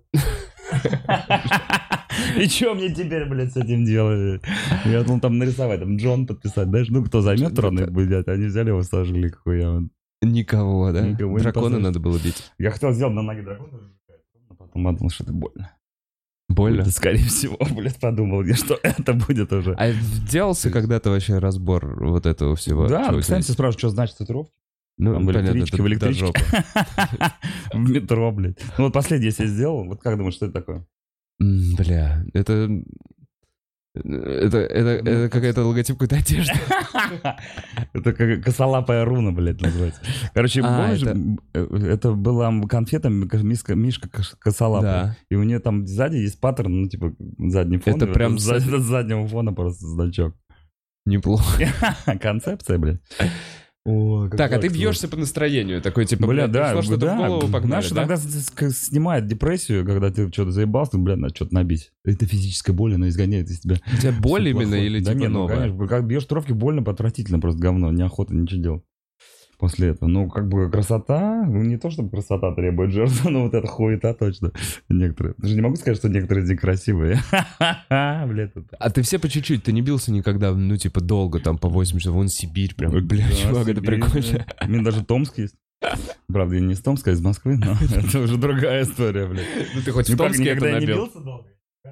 S2: И что мне теперь, блядь, с этим делать? Я думал там нарисовать, там Джон подписать, знаешь, ну кто займет трон, и будет, они взяли его, сожгли, хуя.
S1: Никого, да?
S2: Никого не
S1: Дракона
S2: посадишь.
S1: надо было бить.
S2: Я хотел сделать на ноге дракона, но потом подумал, что это больно.
S1: Больно?
S2: Это, скорее всего, блядь, подумал я, что это будет уже.
S1: А делался когда-то вообще разбор вот этого всего?
S2: Да,
S1: Чего
S2: постоянно
S1: здесь?
S2: все спрашивают, что значит татуировки.
S1: Ну,
S2: Там в
S1: понятно,
S2: электричке,
S1: это
S2: в
S1: до
S2: электричке.
S1: жопы.
S2: В метро, блядь. Ну вот последний я себе сделал, вот как думаешь, что это такое?
S1: М, Бля, это... Это, это, это какая-то логотип какой-то одежды.
S2: Это как косолапая руна, блядь, называется. Короче,
S1: А,
S2: помнишь,
S1: это-
S2: м, э, это была конфета мишка, мишка кос- косолапая.
S1: Да.
S2: И у нее там сзади есть паттерн, ну, типа, задний фон.
S1: Это
S2: и вот
S1: прям
S2: с
S1: с-
S2: с заднего фона просто значок.
S1: Неплохо.
S2: Концепция, блядь. О, как
S1: Так, а ты
S2: жалко.
S1: бьешься по настроению. Такой, типа,
S2: Бля,
S1: блядь,
S2: да,
S1: пришло что-то
S2: да.
S1: в голову, погнали,
S2: Знаешь,
S1: да?
S2: иногда с- с- снимает депрессию, когда ты что-то заебался, ну, бля, надо что-то набить. Это физическая боль, она изгоняет из тебя.
S1: У тебя боль
S2: всё
S1: именно
S2: плохое.
S1: или
S2: Да
S1: типа
S2: нет, ну,
S1: новая?
S2: конечно, как бьешь тровки, больно, отвратительно, просто говно, неохота ничего делать после этого. Ну, как бы красота, ну, не то, чтобы красота требует жертвы, но вот эта хуета точно. Некоторые. Даже не могу сказать, что некоторые из них красивые. Блядь, это...
S1: А ты все по чуть-чуть, ты не бился никогда, ну, типа, долго, там, по восемьдесят, вон Сибирь, прям, бля,
S2: Да,
S1: чувак, это
S2: Сибирь,
S1: прикольно.
S2: да. У меня даже Томск есть. Правда, я не из Томска, а из Москвы, но это уже другая история, блядь.
S1: Ну, ты хоть в
S2: Ну, как,
S1: Томске это
S2: никогда я не
S1: набил?
S2: бился долго?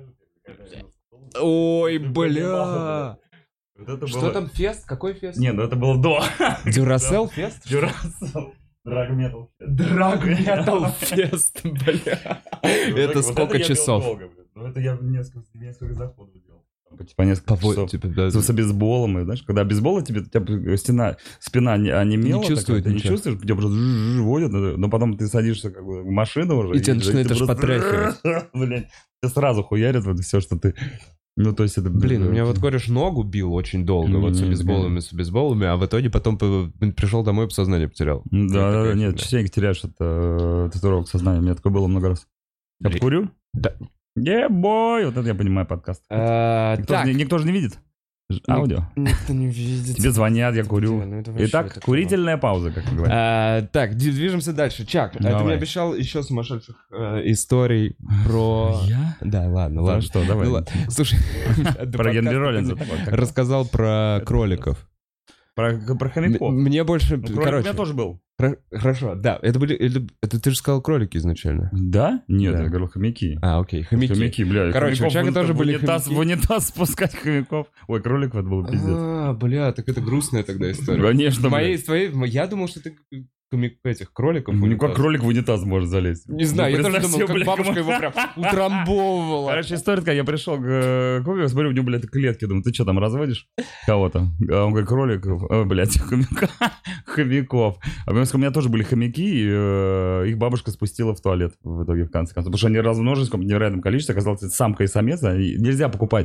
S1: Ой,
S2: Это
S1: бля.
S2: Вот это
S1: Что
S2: было-
S1: там, фест? Какой фест?
S2: Не, ну это было до.
S1: Дюрасел фест?
S2: Дюрасел. Драгметал.
S1: Драгметал фест, бля. Это сколько часов?
S2: Ну это я в несколько, несколько заходов делал. По несколько
S1: По,
S2: часов.
S1: типа, да,
S2: С, с бейсболом, и, знаешь, когда бейсбола тебе, у тебя стена, спина не онемела,
S1: Не чувствует
S2: такая, ты не
S1: ничего.
S2: чувствуешь, тебя просто жжж водят, но но потом ты садишься как бы в машину уже.
S1: И тебя
S2: едешь,
S1: начинает
S2: ты
S1: аж
S2: просто-
S1: потряхивать.
S2: Блин, тебя сразу хуярит вот все, что ты... Ну, то есть это...
S1: Блин, у меня вот кореш ногу бил очень долго, вот с
S2: Не, не,
S1: бейсболами, с бейсболами, а в итоге потом п- пришел домой и сознание потерял.
S2: Да,
S1: Вот
S2: да, да,
S1: такая
S2: нет,
S1: фигня.
S2: частенько теряешь это э, татуировок сознания. У меня такое было много раз. Я
S1: Блин.
S2: покурю?
S1: Да.
S2: Е-бой! Вот это я понимаю подкаст.
S1: А,
S2: Никто,
S1: так.
S2: же, никто же не видит Ж- аудио.
S1: Никто не видит.
S2: Тебе звонят, я курю.
S1: Ну, это вообще
S2: Итак,
S1: такое.
S2: курительная пауза, как говорят.
S1: А, так, ди- движемся дальше. Чак, а ты
S2: Давай.
S1: мне обещал еще сумасшедших э, историй про...
S2: Я?
S1: Да, ладно,
S2: Да
S1: ладно.
S2: что, давай.
S1: Ну ладно. Слушай, до
S2: Про Генри
S1: подкаста
S2: Роллинса.
S1: ты
S2: такой,
S1: мне
S2: как-
S1: рассказал про кроликов.
S2: Про, про
S1: М-
S2: хомяков.
S1: Мне больше...
S2: Ну, кролик у
S1: Короче,
S2: меня тоже был.
S1: хра- хорошо, да, это были... Это, это ты же сказал кролики изначально.
S2: Да? Нет,
S1: Да.
S2: я говорил хомяки.
S1: А, окей, хомяки.
S2: Хомяки, бля.
S1: Короче, у
S2: хомяков
S1: Чака
S2: в-
S1: тоже
S2: в
S1: были
S2: унитаз,
S1: хомяки.
S2: в унитаз спускать хомяков. Ой, кроликов это было пиздец.
S1: А, бля, так это грустная тогда история.
S2: Конечно,
S1: В моей,
S2: блядь.
S1: с твоей, я думал, что ты хомяк- этих кроликов...
S2: Ну,
S1: унитаз.
S2: как кролик в унитаз может залезть.
S1: Не знаю,
S2: Ну,
S1: я тоже
S2: представь
S1: думал,
S2: себе,
S1: как
S2: бля,
S1: бабушка
S2: кому-
S1: его прям утрамбовывала.
S2: Короче, история такая, я пришел к э, Кубе, смотрю, у него, блядь, клетки. Думаю, ты что там, разводишь кого-то? А он говорит, кроликов, э, блядь, хомяка, хомяков. А потому что у меня тоже были хомяки, и э, их бабушка спустила в туалет в итоге, в конце концов. Потому что они размножились в каком-то невероятном количестве. Оказалось, это самка и самец. а и нельзя покупать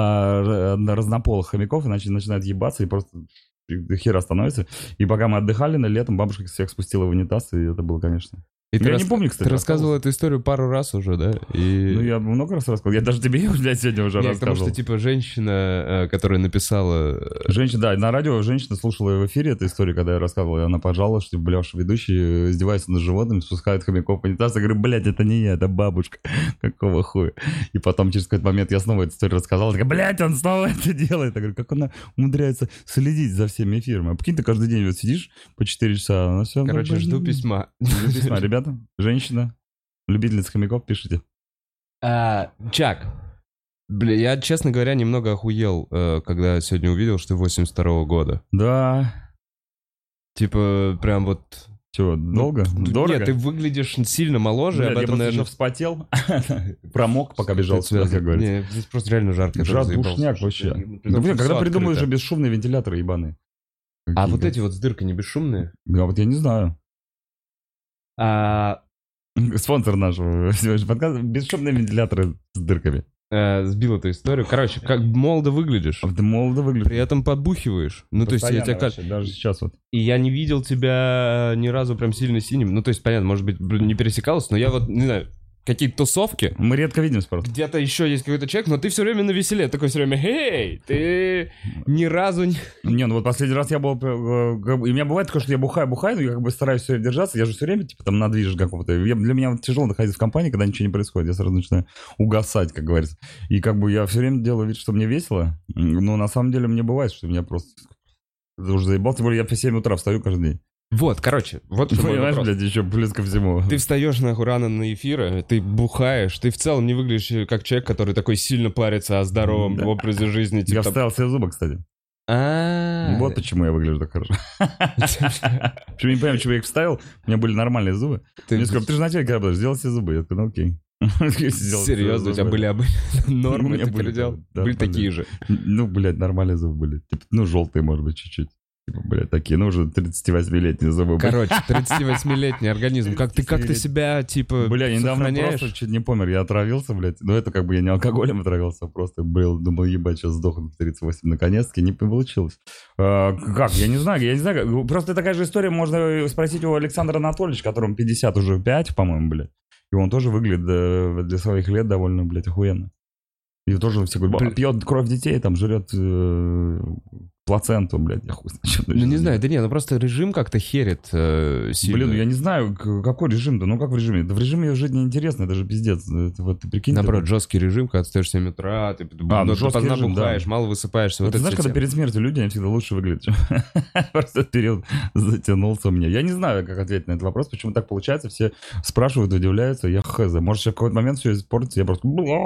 S2: а, р- разнополых хомяков, иначе начинают ебаться и просто до хера становится. И пока мы отдыхали на летом, бабушка всех спустила в унитаз, и это было, конечно...
S1: И ты
S2: Я
S1: рас-
S2: не помню, кстати.
S1: Ты рассказывал эту историю пару раз уже, да? И...
S2: Ну, я много раз рассказывал. Я даже тебе, блядь, сегодня уже
S1: Нет, потому
S2: рассказывал.
S1: что, типа, женщина, э, которая написала... э,
S2: Женщина, да, на радио женщина слушала в эфире эту историю, когда я рассказывал, и она пожаловалась, что, бля, ваш ведущий издевается над животными, спускает хомяков в унитаз. Я говорю, блядь, это не я, это бабушка. Какого хуя? И потом через какой-то момент я снова эту историю рассказал. Такая, блядь, он снова это делает. Я говорю, как она умудряется следить за всеми эфирами. А прикинь, ты каждый день вот сидишь по четыре часа, она все...
S1: Короче, жду письма.
S2: Жду письма. Ребята, женщина, любительница хомяков, пишите.
S1: А, Чак, бля, я, честно говоря, немного охуел, э, когда сегодня увидел, что ты восемьдесят второго года.
S2: Да.
S1: Типа, прям вот...
S2: Чего, долго?
S1: Ну,
S2: Дорого?
S1: Нет, ты выглядишь сильно моложе,
S2: Блядь,
S1: об
S2: я
S1: этом,
S2: просто
S1: наверное...
S2: еще вспотел, промок, пока бежал
S1: это
S2: сюда,
S1: связано.
S2: как говорится.
S1: Не, здесь просто реально жарко. я
S2: Жар,
S1: тоже заебался.
S2: душняк вообще.
S1: При
S2: Да,
S1: том,
S2: блин,
S1: что
S2: когда
S1: всё
S2: придумали же
S1: открыто.
S2: бесшумные вентиляторы ебаные?
S1: А
S2: Какие,
S1: вот
S2: блядь?
S1: эти вот с дыркой не бесшумные?
S2: Да, вот я не знаю.
S1: А,
S2: Спонсор нашего сегодняшнего подкаста — бесшумные вентиляторы с дырками.
S1: э, сбил эту историю. Короче, как молодо выглядишь.
S2: А ты молодо выглядишь.
S1: При этом подбухиваешь. Ну, то есть, я
S2: Постоянно
S1: тебя как...
S2: вообще, даже сейчас вот.
S1: И я не видел тебя ни разу прям сильно синим. Ну, то есть, понятно, может быть, не пересекалось, но я вот, не знаю, какие-то тусовки,
S2: Мы редко видимся просто.
S1: где-то еще есть какой-то человек, но ты все время на веселе. Такой все время, эй, ты ни разу не...
S2: Не, ну вот последний раз я был... э, как бы- И у меня бывает такое, что я бухаю-бухаю, но я как бы стараюсь все держаться. Я же все время, типа, там, на движе какого-то. Я- Для меня вот тяжело находиться в компании, когда ничего не происходит. Я сразу начинаю угасать, как говорится. И как бы я все время делаю вид, что мне весело. Но на самом деле мне бывает, что меня просто... Ты уже заебал. Тем более я в семь утра встаю каждый день.
S1: Вот, короче, вот что мой
S2: Понимаешь,
S1: вопрос.
S2: блядь, еще плюс ко всему.
S1: Ты встаешь нахуй рано на эфиры, ты бухаешь, ты в целом не выглядишь как человек, который такой сильно парится о здоровом
S2: Да.
S1: образе жизни. Типа,
S2: Я
S1: там-
S2: вставил себе зубы, кстати.
S1: А,
S2: Вот почему я выгляжу так хорошо. Почему я не понимаю, почему я их вставил. У меня были нормальные зубы.
S1: ты-
S2: Мне сказали, ты же на телеке работаешь, сделай себе зубы. Я такой, ну окей. Сделал себе
S1: Серьезно, у тебя
S2: зубы.
S1: были обы-
S2: У
S1: нормы,
S2: меня
S1: ты
S2: были,
S1: переделал?
S2: да,
S1: Были
S2: нормальные.
S1: такие же.
S2: Ну, блядь, нормальные зубы были. Типа, ну, желтые, может быть, чуть-чуть. Типа, блядь, такие, ну, уже тридцативосьмилетние зубы были.
S1: Короче, тридцативосьмилетний организм. Как ты как ты себя, типа,
S2: Бля, я недавно
S1: сохраняешь?
S2: просто чуть не помер, я отравился, блядь. Но это как бы я не алкоголем отравился, а просто был, думал, ебать, сейчас сдохну в тридцать восемь наконец-таки, не получилось. А, как? Я не знаю, я не знаю. как- Просто такая же история, можно спросить у Александра Анатольевича, которому пятьдесят уже пять, по-моему, блядь. И он тоже выглядит э, для своих лет довольно, блядь, охуенно. И тоже все говорят,
S1: Блин.
S2: пьет кровь детей, там, жрет э, плаценту, блядь, я хуй знает, что
S1: Ну, не знаю, да не, ну просто режим как-то херит э, сильно.
S2: Блин, ну я не знаю, к- какой режим-то, ну как в режиме? Да в режиме жить неинтересно, это же пиздец. Это вот ты прикинь.
S1: Наоборот,
S2: ты-
S1: жесткий режим, когда ты встаешь в семь утра, ты
S2: А, ну,
S1: ну,
S2: жесткий
S1: поздно
S2: режим, да.
S1: бухаешь, мало высыпаешься.
S2: Вот
S1: Вот
S2: ты
S1: это
S2: знаешь,
S1: все
S2: когда
S1: темы.
S2: перед смертью люди, они всегда лучше выглядят. Просто этот период затянулся у меня. Я не знаю, как ответить на этот вопрос, почему так получается. Все спрашивают, удивляются, я хз. Может, сейчас в какой-то момент все испортится, я просто...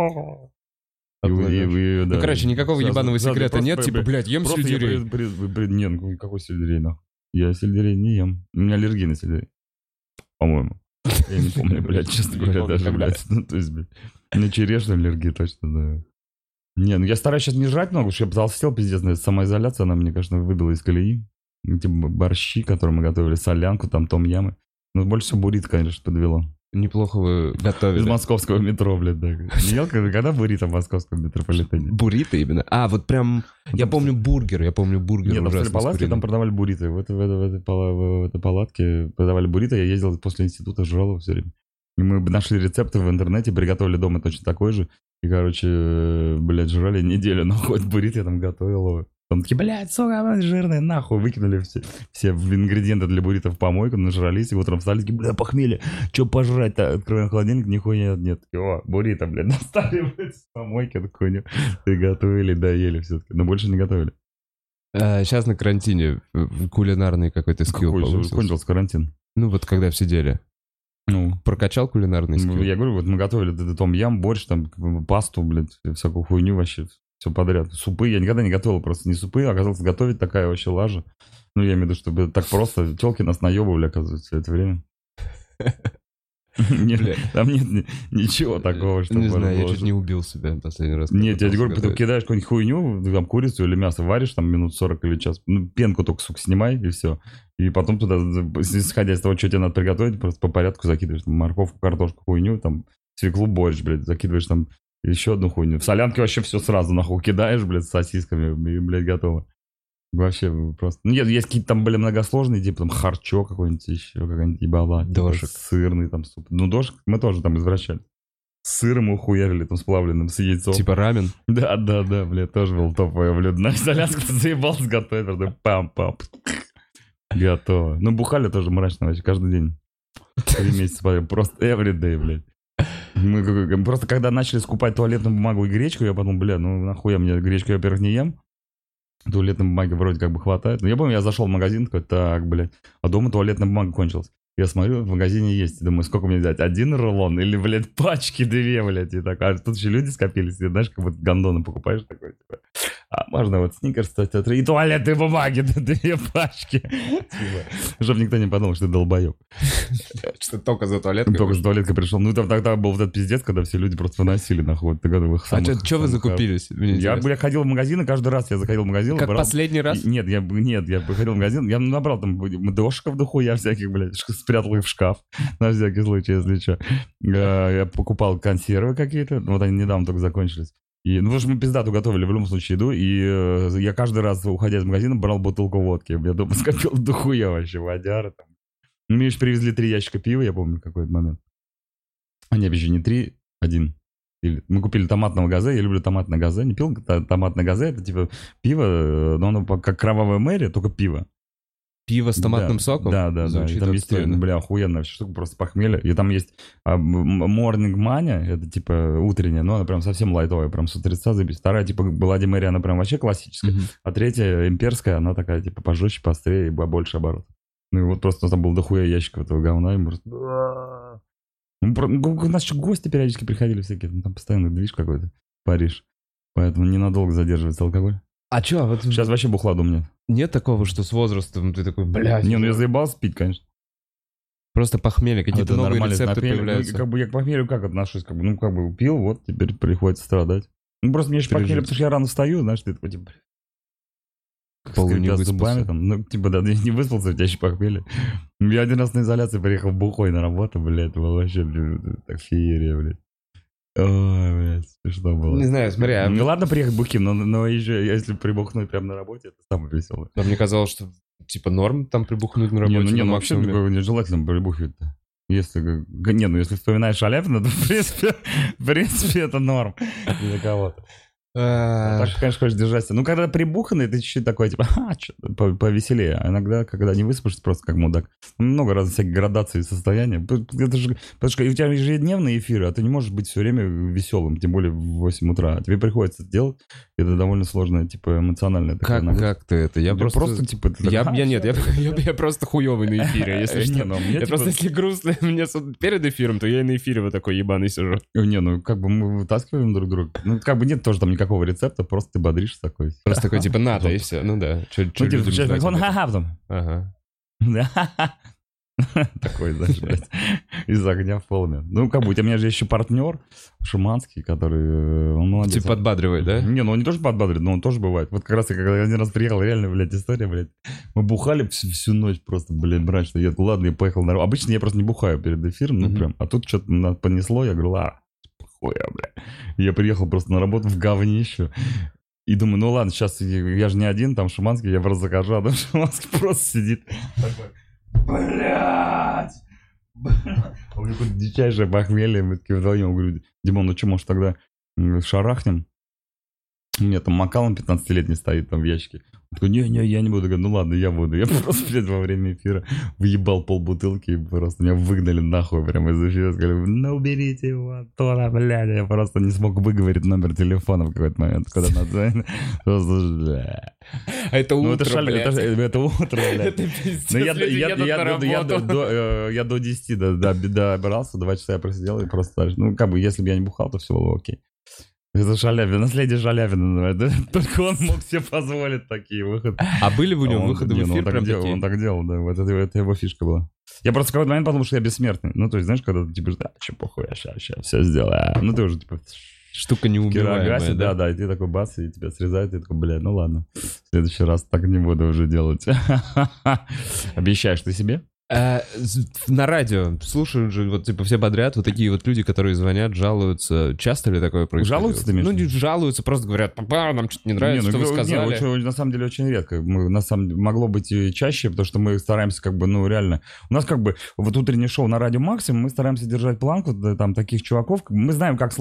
S2: И- и- и- да.
S1: Ну, короче, никакого
S2: Сразу-
S1: ебаного
S2: сразу
S1: секрета
S2: просто
S1: нет,
S2: при-
S1: типа, блядь, ем
S2: Просто я
S1: сельдерей.
S2: при- при- при- Не, ну какой сельдерей, нахуй? Я сельдерей не ем. У меня аллергия на сельдерей. По-моему. Я не помню, блядь, честно
S1: Не
S2: говоря,
S1: помню,
S2: даже,
S1: когда.
S2: блядь. Ну, то есть, блядь, на черешню аллергия точно, да. Не, ну я стараюсь сейчас не жрать много, потому что я потолстел, пиздец, но самоизоляция, она, мне кажется, выбила из колеи. Эти борщи, которые мы готовили, солянку, там, том-ямы. Ну, больше всего буррито, конечно, подвело.
S1: Неплохо вы готовили.
S2: Из московского метро, блядь, да. Не ел когда буррито в московском метрополитене?
S1: Буррито именно? А, вот прям, я помню бургер, я помню бургер.
S2: Нет,
S1: ужасно
S2: в палатке там продавали буррито. В этой, в, этой, в, этой, в этой палатке продавали буррито. Я ездил после института, жрал его все время. И мы нашли рецепты в интернете, приготовили дома точно такой же. И, короче, блядь, жрали неделю, но хоть буррито я там готовил его. Там такие, блядь, сука, жирные, нахуй, выкинули все, все ингредиенты для буррито в помойку, нажрались, и утром встали, такие, бля, похмелье, что пожрать-то? Открываем холодильник, нихуя нет. О, буррито, блядь, достали, блядь, с помойки, такую, приготовили, доели все-таки, но больше не готовили.
S1: А, сейчас на карантине кулинарный какой-то скилл
S2: Какой
S1: получился.
S2: Кончился карантин.
S1: Ну, вот когда все сидели.
S2: Ну,
S1: прокачал кулинарный скилл?
S2: Я говорю, вот мы готовили этот том-ям, борщ, там, пасту, блядь, всякую хуйню вообще. Все подряд. Супы я никогда не готовил, просто не супы, а оказалось, готовить такая вообще лажа. Ну, я имею в виду, чтобы так просто. Телки нас наебывали, оказывается, все это время. Нет, там нет ничего такого, что...
S1: Не знаю, я чуть не убил себя последний раз.
S2: Нет, я тебе говорю, ты кидаешь какую-нибудь хуйню, там курицу или мясо варишь, там минут сорок или час, ну, пенку только, сука, снимай, и все. И потом туда, исходя из того, что тебе надо приготовить, просто по порядку закидываешь там морковку, картошку, хуйню, там, свеклу, борщ, блядь, закидываешь там еще одну хуйню. В солянке вообще все сразу нахуй кидаешь, блядь, с сосисками, и, блядь, готово. Вообще просто... Нет, есть какие-то там были многосложные, типа там харчо какой-нибудь еще, какая-нибудь ебала.
S1: Дошик.
S2: Типа, сырный там суп. Ну, дошик мы тоже там извращали. С сыром ухуярили там, с плавленным, с яйцом.
S1: Типа рамен?
S2: Да, да, да, блядь, тоже был топовое блюдо. На солянку-то заебался готовить, просто пам-пам. Готово. Ну, бухали тоже мрачно вообще, каждый день. Три месяца, просто every day, блядь. Мы просто когда начали скупать туалетную бумагу и гречку, я подумал, бля, ну нахуя мне гречку, я, во-первых, не ем. Туалетной бумаги вроде как бы хватает. Но я помню, я зашел в магазин, такой, так, блядь, а дома туалетная бумага кончилась. Я смотрю, в магазине есть. И думаю, сколько мне взять? Один рулон или, блядь, пачки две, блядь. И так, а тут еще люди скопились. И знаешь, как вот гондоны покупаешь такой, типа, а можно вот сникерс, и туалетной бумаги, две пачки. Чтобы никто не подумал, что ты долбоеб.
S1: Что только за туалеткой?
S2: Только за туалеткой пришел. Ну, там тогда был вот этот пиздец, когда все люди просто выносили, нахуй.
S1: А что вы закупились?
S2: Я, бля, ходил в магазин, и каждый раз я заходил в магазин.
S1: Как последний раз?
S2: Нет, я нет, я приходил в магазин, я набрал там дошиков дохуя всяких, блядь, спрятал их в шкаф, на всякий случай, если что. Я покупал консервы какие-то, вот они недавно только закончились. И, ну, потому что мы пиздату готовили в любом случае еду, и э, я каждый раз, уходя из магазина, брал бутылку водки. Я дома скопил дохуя вообще, водяры там. Мне еще привезли три ящика пива, я помню, в какой-то момент. А нет, еще не три, один. Или, мы купили томатного газе, я люблю томатное газе. Не пил томатное газе, это типа пиво, но оно как кровавая Мэри, только пиво.
S1: Пиво с томатным
S2: да,
S1: соком?
S2: Да, да, да. И там есть, бля, охуенная штука, просто похмелье. И там есть а, Morning Mania, это типа утренняя, но она прям совсем лайтовая, прям с утреца забить. Вторая, типа, Блади Мэри, она прям вообще классическая. Mm-hmm. А третья, имперская, она такая, типа, пожестче, поострее и побольше оборот. Ну и вот просто там был дохуя ящиков этого говна, и мы просто... Ну, про... У нас еще гости периодически приходили всякие, ну, там постоянно движ какой-то, Париж. Поэтому ненадолго задерживается алкоголь.
S1: А чё? Вот...
S2: Сейчас вообще бухла у меня.
S1: Нет такого, что с возрастом ты такой, блядь.
S2: Не, ну я заебался пить, конечно.
S1: Просто похмелье, какие-то новые рецепты
S2: напели.
S1: появляются.
S2: Ну, как бы я к похмелью как отношусь? Как бы, ну, как бы пил, вот, теперь приходится страдать. Ну, просто мне еще похмелье, потому что я рано встаю, знаешь, ты такой, типа,
S1: полу
S2: зубами там. Ну, типа, да, ты не выспался, у тебя еще похмелье. Я один раз на изоляции приехал бухой на работу, блядь, это было вообще, блядь, так феерия, блядь. Ой, блядь, что было?
S1: Не знаю, смотри. А...
S2: Ну ладно приехать бухим, но, но еще, если прибухнуть прямо на работе, это самое веселое.
S1: Но мне казалось, что типа норм там прибухнуть на работе.
S2: Не, ну, не,
S1: на
S2: ну вообще нежелательно прибухивать-то. Если, не, ну если вспоминаешь Шаляпина, то в принципе, в принципе это норм для кого-то. А так, конечно, хочешь держаться. Ну, когда прибуханный, ты чуть-чуть такой, типа, а, что-то повеселее. А иногда, когда не выспишься, просто как мудак. Много раз всяких градаций состояния. Это же, потому что у тебя ежедневные эфиры, а ты не можешь быть все время веселым, тем более в восемь утра. Тебе приходится это делать. Это довольно сложная, типа, эмоциональная такая
S1: как, как ты это? Я просто...
S2: просто типа... Ты
S1: я,
S2: так,
S1: я
S2: а,
S1: нет, я, я, я просто хуёвый на эфире, если что.
S2: Не, ну, мне,
S1: я
S2: типа...
S1: просто, если грустно мне перед эфиром, то я и на эфире вот такой ебаный сижу.
S2: Не, ну, как бы мы вытаскиваем друг друга. Ну, как бы нет тоже там никакого рецепта, просто ты бодришься такой.
S1: Просто такой, типа, надо, и все. Ну да. Чё, чё
S2: ну, типа, включаешь микрофон, ха-ха, потом.
S1: Ага.
S2: Такой, знаешь, блядь, из огня в полымя. Ну, как бы, у меня же еще партнер Шуманский, который, он молодец.
S1: Типа подбадривает, да?
S2: Не, ну он не тоже подбадривает, но он тоже бывает. Вот как раз я когда один раз приехал, реально, блядь, история, блядь. Мы бухали всю, всю ночь просто, блядь, брать, что я, ладно, я поехал на работу. Обычно я просто не бухаю перед эфиром, ну, mm-hmm. прям, а тут что-то понесло, я говорю, а, хуя, блядь. Я приехал просто на работу в говнище. И думаю, ну ладно, сейчас я, я же не один, там Шуманский, я просто захожу, а там Шуманский просто сидит такой, блядь! У меня какое-то дичайшее похмелье, мы такие вдвоем, говорю, Димон, ну что, может тогда шарахнем? У меня там Макалан пятнадцатилетний стоит там в ящике. Он такой, не-не, я не буду. Я говорю, ну ладно, я буду. Я просто, блядь, во время эфира въебал полбутылки и просто меня выгнали нахуй прямо из эфира. Сказали, ну уберите его оттуда, блядь. Я просто не смог выговорить номер телефона в какой-то момент, когда надо. Просто, бля.
S1: А это утро,
S2: ну, это шаль,
S1: блядь.
S2: Это, это утро, блядь.
S1: Это пиздец,
S2: ну, я,
S1: люди
S2: я,
S1: едут
S2: я,
S1: на
S2: я,
S1: работу.
S2: я, до, до, я до десяти до, до, добрался, два часа я просидел и просто, ну, как бы, если бы я не бухал, то все было окей. Это Шаляпин, наследие Шаляпина называют, да? Только он мог себе позволить такие выходы.
S1: А были в нем
S2: он,
S1: выходы
S2: не,
S1: в эфир?
S2: Он так,
S1: прям
S2: делал,
S1: такие?
S2: он так делал, да, вот это, это его фишка была. Я просто в какой-то момент подумал, что я бессмертный. Ну, то есть, знаешь, когда ты типа, да, че похуй, я сейчас, сейчас все сделаю. Ну, ты уже типа...
S1: Штука неубиваемая,
S2: гасит,
S1: да?
S2: Да, да, и ты такой бац, и тебя срезают, и ты такой, блядь, ну ладно. В следующий раз так не буду уже делать. Обещаешь ты себе?
S1: А, на радио слушают же вот типа все подряд вот такие вот люди, которые звонят, жалуются. Часто ли такое происходит?
S2: Жалуются, ты имеешь?
S1: Ну, не жалуются, просто говорят, папа, нам что-то не нравится,
S2: не,
S1: что
S2: ну,
S1: вы сказали.
S2: Не, очень, на самом деле очень редко. Мы, на самом деле, могло быть и чаще, потому что мы стараемся как бы, ну реально. У нас как бы вот утреннее шоу на Радио Максимум, мы стараемся держать планку, да, там таких чуваков. Мы знаем, как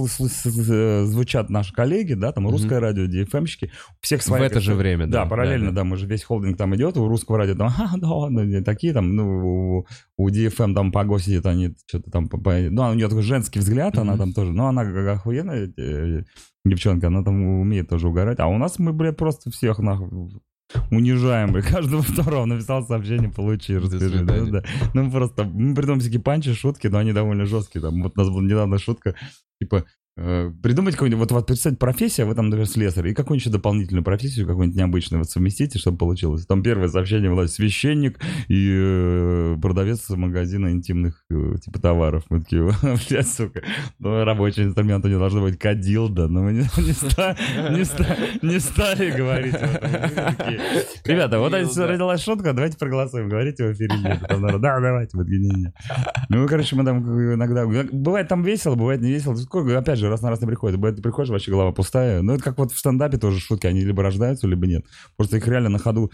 S2: звучат наши коллеги, да, там русское mm-hmm. радио, ди эф эм-щики. У всех свои.
S1: В это же время, да.
S2: Да, параллельно,
S1: да, да.
S2: да, мы же весь холдинг там идет, у русского радио там, а, да, такие там, ну, у, у ди эф эм там Паго сидит, они что-то там... Ну, у нее такой женский взгляд, mm-hmm. она там тоже... Ну, она охуенная девчонка, она там умеет тоже угорать. А у нас мы, блядь, просто всех нахуй унижаем, блядь. Каждого второго написал сообщение, получи, расскажи. Да, да. Ну, просто... Мы придумали всякие панчи, шутки, но они довольно жесткие. Там вот у нас была недавно шутка, типа... Придумать какую-нибудь, вот, вот представьте, профессия, вы там, например, слесарь, и какую-нибудь еще дополнительную профессию, какую-нибудь необычную вот совместите, чтобы получилось. Там первое сообщение было священник и э, продавец магазина интимных э, типа товаров. Мы такие, блядь, сука, ну, рабочий инструмент у него должно быть кадилда, но мы не, не, ста, не, ста, не стали говорить об этом. Такие, ребята, вот родилась шутка, давайте проголосуем, говорите в эфире. Нет, там, да, давайте, вот, не-не-не. Ну, короче, мы там иногда... Бывает там весело, бывает не весело. Опять же, раз на раз не приходит. Бывает, ты приходишь, вообще голова пустая. Ну, это как вот в стендапе тоже шутки. Они либо рождаются, либо нет. Просто их реально на ходу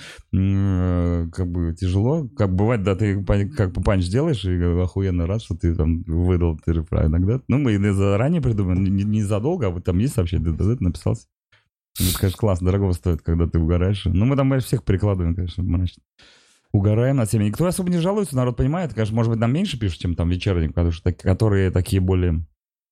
S2: м- как бы тяжело. Как бывает, да, ты как бы панч делаешь и охуенно рад, что ты там выдал ты рефрен иногда. Ну, мы заранее придумаем, не, не задолго, а вот там есть сообщение, ты, ты, ты написался. Это, конечно, классно, дорого стоит, когда ты угораешь. Ну, мы там всех перекладываем, конечно, мрачно. Угораем над всеми. Никто особо не жалуется, народ понимает. Конечно, может быть, нам меньше пишут, чем там вечерние, потому что которые такие более...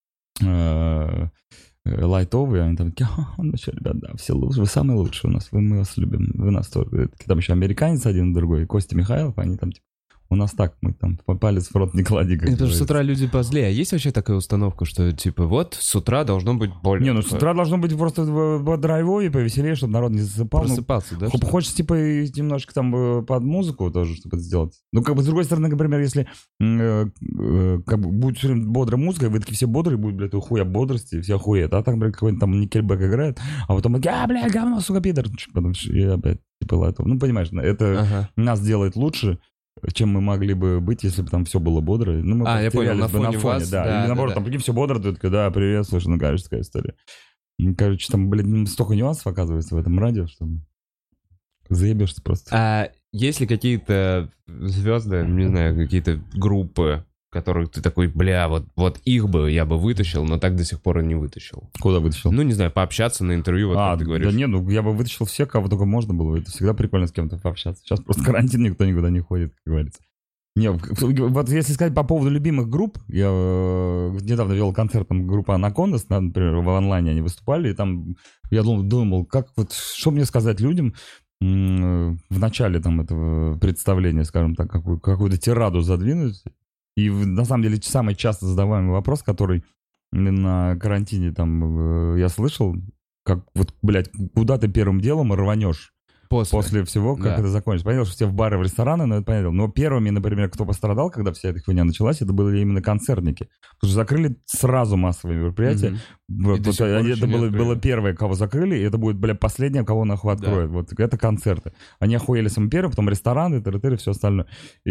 S2: лайтовые, они там такие, ну что, ребят, да, все лучшие, вы самые лучшие у нас, вы, мы вас любим, вы нас тоже. Там еще американец один, другой, Костя Михайлов, они там типа, у нас так, мы там палец в рот не клади. Как
S1: потому что с утра люди позлее. А есть вообще такая установка, что типа вот с утра должно быть больно?
S2: Не, ну с утра должно быть просто драйвово и повеселее, чтобы народ не засыпал.
S1: Просыпался, ну, да?
S2: Х- хочется типа немножко там под музыку тоже, чтобы это сделать. Ну как бы с другой стороны, например, если э, э, как бы будет все время бодрая музыка, вы такие все бодрые, будет, блядь, хуя бодрости, все охуеют. А так, блядь, какой-нибудь там Никельбэк играет, а потом такие, а, блядь, говно, сука, пидор. Потом и опять типа лайтово. Ну понимаешь, это ага. нас делает лучше, чем мы могли бы быть, если бы там все было бодро. Ну, мы
S1: а, я понял, на фоне,
S2: на фоне
S1: вас,
S2: да.
S1: да.
S2: Или наоборот,
S1: да,
S2: там,
S1: да.
S2: прикинь, все бодро, ты такой, да, привет, слушай, ну, кажется, такая история. Короче, там, блин, столько нюансов оказывается в этом радио, что заебешься просто.
S1: А есть ли какие-то звезды, не знаю, какие-то группы, которых ты такой, бля, вот, вот их бы я бы вытащил, но так до сих пор и не вытащил?
S2: Куда вытащил?
S1: Ну, не знаю, пообщаться на интервью, вот
S2: а,
S1: как ты говоришь.
S2: Да нет, ну я бы вытащил всех, кого только можно было. Это всегда прикольно с кем-то пообщаться. Сейчас просто карантин, никто никуда не ходит, как говорится. Не, вот если сказать по поводу любимых групп, я э, недавно вел концерт, там группа Анакондас, например, в онлайне они выступали, и там я думал, думал как вот, что мне сказать людям м- в начале там этого представления, скажем так, какую, какую-то тираду задвинуть. И на самом деле самый часто задаваемый вопрос, который на карантине там э, я слышал, как вот, блядь, куда ты первым делом рванешь?
S1: После,
S2: после всего, как
S1: да.
S2: это закончилось. Понятно, что все в бары, в рестораны, но это понятно. Но первыми, например, кто пострадал, когда вся эта хуйня началась, это были именно концертники. Потому что закрыли сразу массовые мероприятия.
S1: Мгм.
S2: Вот,
S1: И до
S2: вот,
S1: сих пор
S2: они-
S1: еще
S2: это
S1: не
S2: было,
S1: открыли.
S2: было первое, кого закрыли, и это будет, бля, последнее, кого нахуй откроют. Вот это концерты. Они охуели самым первым, потом рестораны, тыры-тыры, все остальное. И,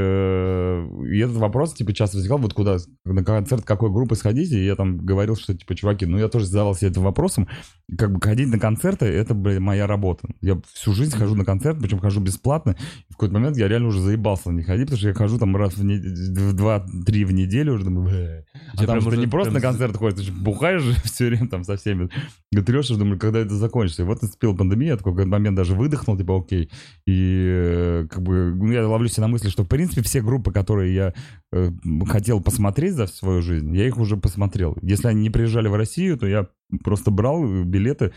S2: э, и этот вопрос, типа, часто возникал, вот куда, на концерт какой группы сходить, и я там говорил, что, типа, чуваки, ну, я тоже задавался этим вопросом, как бы ходить на концерты, это, бля, моя работа. Я всю жизнь хожу на концерт, причем хожу бесплатно, и в какой-то момент я реально уже заебался на них ходить, потому что я хожу там раз в не... два-три в неделю, уже думаю, бля. А там что не просто на концерт ходишь, ты же бухаешь же все время там со всеми, трешь, думаю, когда это закончится. И вот наступила пандемия, я такой в какой-то момент даже выдохнул, типа, окей. И э, как бы ну, я ловлю себя на мысли, что в принципе все группы, которые я э, хотел посмотреть за свою жизнь, я их уже посмотрел. Если они не приезжали в Россию, то я просто брал билеты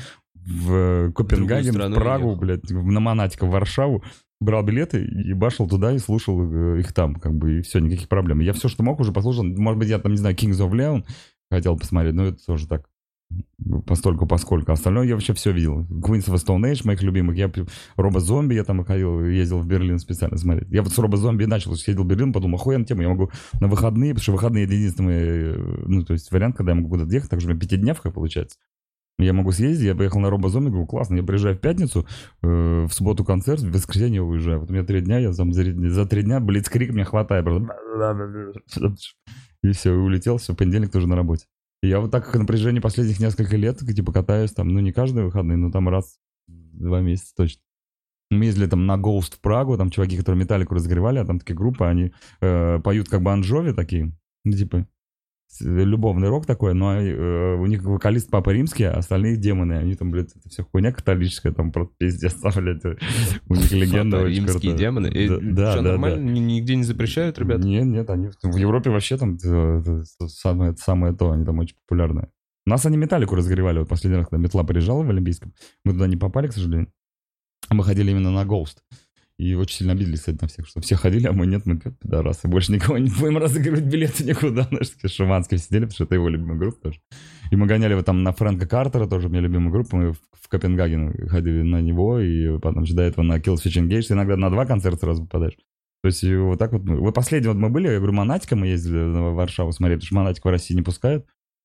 S2: в Копенгаген, в Прагу, блядь, на Монатико, в Варшаву, брал билеты и башил туда и слушал их там, как бы, и все, никаких проблем. Я все, что мог, уже послушал. Может быть, я там, не знаю, Kings of Leon хотел посмотреть, но это тоже так, постольку поскольку. Остальное я вообще все видел. Queens of the Stone Age, моих любимых. Я Робо-зомби, я там ходил, ездил в Берлин специально смотреть. Я вот с Робо-зомби начал, съездил в Берлин, подумал, охуенная тема, я могу на выходные, потому что выходные это единственный, ну, то есть вариант, когда я могу куда-то ехать, так же у меня пятидневка получается. Я могу съездить, я поехал на Робо-зомби, говорю, классно, я приезжаю в пятницу, э, в субботу концерт, в воскресенье уезжаю. Вот у меня три дня, я там за, за три дня блицкрик мне хватает. Просто. И все, и улетел, все, в понедельник тоже на работе. И я вот так как напряжении последних несколько лет, типа, катаюсь там, ну, не каждые выходные, но там раз в два месяца точно. Мы ездили там на Ghost в Прагу, там чуваки, которые металлику разогревали, а там такие группы, они э, поют как бы анжови такие, ну, типа... любовный рок такой, но э, у них вокалист Папа Римский, а остальные демоны, они там, блядь, это все хуйня католическая, там просто пиздец, блядь, у них легенда
S1: Папа
S2: очень
S1: Римские
S2: крутая.
S1: демоны? И
S2: Да, да,
S1: что,
S2: да,
S1: нормально?
S2: да.
S1: Нигде не запрещают, ребят?
S2: Нет, нет, они в Европе вообще там э, это самое, самое то, они там очень популярные. Нас они металлику разогревали, вот последний раз, когда метла приезжала в Олимпийском, мы туда не попали, к сожалению, мы ходили именно на Ghost. И очень сильно обиделись, кстати, на всех, что все ходили, а мы нет, мы пидорасы. Больше никого не будем разыгрывать билеты никуда. Знаешь, такие Шиманские сидели, потому что это его любимая группа тоже. И мы гоняли вот там на Фрэнка Картера, тоже у меня любимая группа. Мы в, в Копенгаген ходили на него, и потом до этого на Killswitch Engage. Иногда на два концерта сразу попадаешь. То есть и вот так вот. Мы... Вот последний вот мы были, я говорю, Монатика, мы ездили в Варшаву смотреть, потому что Монатика в России не пускают.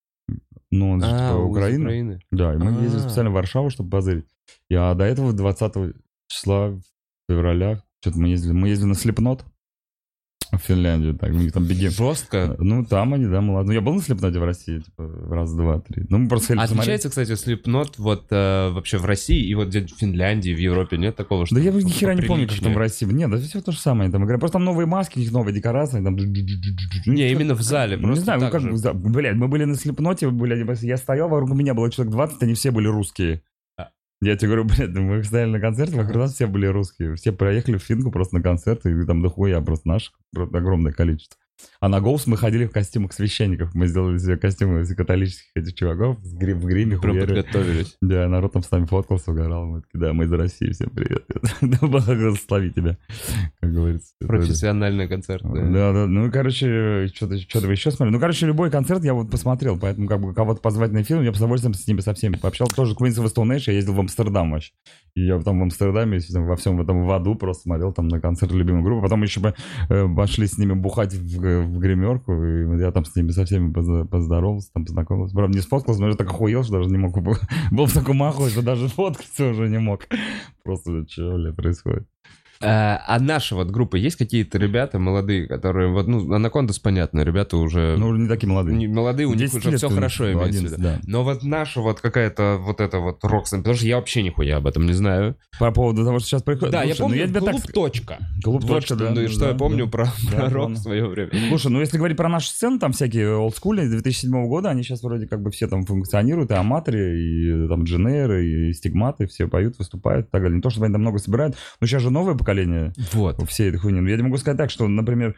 S2: Ну, он же
S1: А,
S2: типа
S1: из
S2: Украина.
S1: Украины.
S2: Да, и мы
S1: А.
S2: ездили специально в Варшаву, чтобы позырить. И, а до этого двадцатого числа февраля что-то мы ездили. Мы ездили на Slipknot в Финляндию. Так, у них там беги.
S1: Жестко.
S2: Ну, там они, да, молодцы. Ну, я был на Slipknot в России, типа, раз, два, три. Ну, мы просто хотели посмотреть.
S1: Отличается, кстати, Slipknot вот э, вообще в России и вот где-то в Финляндии, в Европе нет такого, что...
S2: Да я ни хера не помню, как там в
S1: поприличнее?
S2: России. Нет, да все то же самое. Там играют. Просто там новые маски, у них новые декорации. Там...
S1: Не, именно в зале,
S2: Ну,
S1: просто
S2: не знаю, ну
S1: так
S2: как,
S1: же.
S2: за- блядь, мы были на Слепноте, блядь, я стоял, вокруг меня было человек двадцать, они все были русские.
S1: А.
S2: Я тебе говорю, блядь, мы стояли на концерте, вокруг нас все были русские. Все проехали в Финку просто на концерт, и там дохуя просто наших, просто огромное количество. А на Гоус мы ходили в костюмах священников. Мы сделали себе костюмы из католических этих чуваков в гри- в гриме,
S1: Прям
S2: хуярили.
S1: подготовились.
S2: Да, народ там с нами фоткался, угорал. Мы такие, да, мы из России, всем привет. Да, благослови тебя, как говорится.
S1: Профессиональный концерт. Да.
S2: Да, да, ну, короче, что-то что еще смотрели. Ну, короче, любой концерт я вот посмотрел, поэтому как бы кого-то позвать на эфир, я с удовольствием с ними со всеми пообщался. Тоже Queens of the Stone Age, я ездил в Амстердам вообще. И я там в Амстердаме, там, во всем в этом в аду просто смотрел там на концерт любимой группы. Потом еще бы, э, пошли с ними бухать в, в гримерку, и я там с ними со всеми поза- поздоровался, там познакомился. Правда, не сфоткался, но я так охуел, что даже не мог. Был в таком ахуе, что даже фоткаться уже не мог. Просто, что, бля, происходит?
S1: А, а наши вот группы есть какие-то ребята молодые, которые вот, ну, Анакондас, понятно, ребята уже...
S2: Ну, уже не такие молодые.
S1: Не, молодые, у них
S2: десять
S1: уже
S2: лет,
S1: все
S2: ну,
S1: хорошо имеется в виду.
S2: одиннадцать, да.
S1: Но вот наша вот какая-то вот эта вот рокс, потому что я вообще нихуя об этом не знаю.
S2: По поводу того, что сейчас происходит.
S1: Да,
S2: Слушай,
S1: я помню,
S2: ну, я тебе
S1: клуб
S2: так...
S1: «Точка».
S2: Клуб
S1: Вот
S2: «Точка»,
S1: что,
S2: да,
S1: ну, и
S2: да,
S1: что
S2: да,
S1: я помню
S2: да.
S1: про,
S2: Да,
S1: про рок
S2: да.
S1: в свое время.
S2: Слушай, ну если говорить про нашу сцену, там всякие олдскульные две тысячи седьмого года, они сейчас вроде как бы все там функционируют, и аматоры, и там дженеры, и стигматы, все поют, выступают и так далее. Не то, чтобы они там много собирают, но сейчас же новое поколение
S1: Вот.
S2: всей этой хуйни. Я тебе могу сказать так, что, например,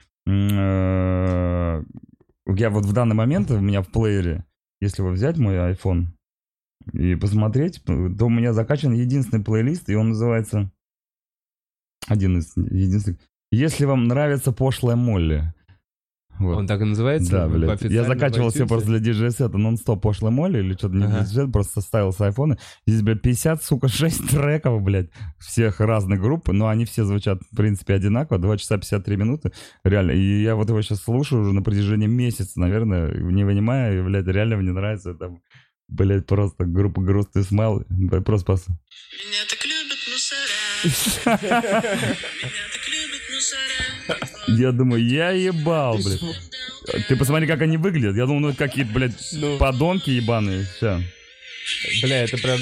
S2: м, э, я вот в данный момент у меня в плеере, если его взять, мой iPhone, и посмотреть, то у меня закачан единственный плейлист, и он называется... Один из единственных. Если вам нравится пошлая Молли. Вот.
S1: Он так и называется?
S2: Да, блядь. Я закачивал себе
S1: iTunes?
S2: просто для диджей-сета нон-стоп пошлой моли или что-то не
S1: Ага.
S2: диджей, просто составил с айфона. Здесь, блядь, пятьдесят, сука, шесть треков, блядь, всех разных групп, но они все звучат, в принципе, одинаково, два часа пятьдесят три минуты, реально. И я вот его сейчас слушаю уже на протяжении месяца, наверное, не вынимая, и, блядь, реально мне нравится там, блядь, просто группа Грустный Смайл, блядь, просто пос...
S3: Меня так любят мусора. Меня так любят мусора.
S2: Я думаю, я ебал, блядь. Ты посмотри, как они выглядят. Я думал, ну это какие-то, блядь,
S1: Ну.
S2: подонки ебаные. Все.
S1: Бля, это прям...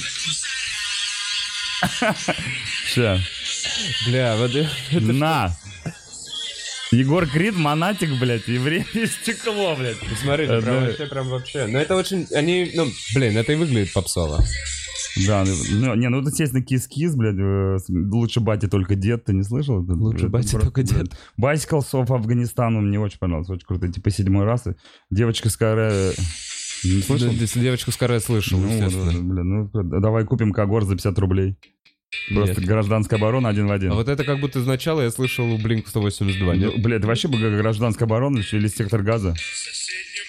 S2: Все.
S1: Бля, вот это...
S2: На. Егор Крид, Монатик, блядь, и время и стекло, блядь.
S1: Смотри, это прям
S2: Да.
S1: вообще, прям вообще. Но это очень... Они, ну, блин, это и выглядит попсово.
S2: Да, ну, не, ну это, естественно, кис-кис, блядь, э, с- лучше бати только дед, ты не слышал? Это,
S1: Лучше
S2: это
S1: батя
S2: просто,
S1: только дед.
S2: блядь. Bicycles of Афганистан, мне очень понравился, очень круто, типа седьмой раз. И девочка с каре... Не слышал?
S1: Да, если девочку с каре слышал,
S2: Ну,
S1: естественно.
S2: вот, блин, ну, давай купим Когор за пятьдесят рублей. Просто
S1: Нет.
S2: гражданская оборона один в один.
S1: А вот это как будто изначало я слышал у Блинк сто восемьдесят два, нет?
S2: Ну, блядь, это вообще бы как гражданская оборона или сектор газа.
S3: В соседнем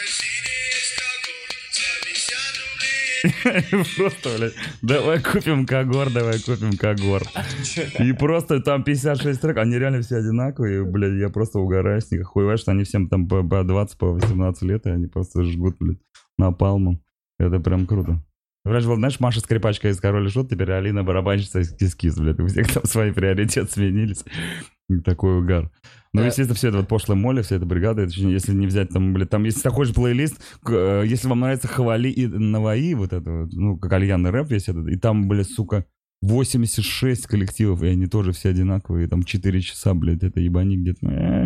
S3: магазине есть огонь за пятьдесят рублей.
S2: Просто, блядь, давай купим Когор, давай купим Когор. И просто там пятьдесят шесть треков, они реально все одинаковые, блядь, я просто угораю с них. Охуеваю, что они всем там по по двадцать, по восемнадцать лет, и они просто жгут, блядь, напалмом. Это прям круто. Раньше был, знаешь, Маша Скрипачка из Король и Шут, теперь Алина барабанщица из Кис-Кис, блядь. У всех там свои приоритеты сменились. И такой угар. Ну,
S1: Да.
S2: естественно, все это вот пошлая моли, вся эта бригада, это, если не взять там, блядь, там есть такой же плейлист, к- э, если вам нравится Хавали и Наваи, вот это вот, ну, как кальянный рэп весь этот, и там, блядь, сука, восемьдесят шесть коллективов, и они тоже все одинаковые, там четыре часа, блядь, это ебани где-то, э,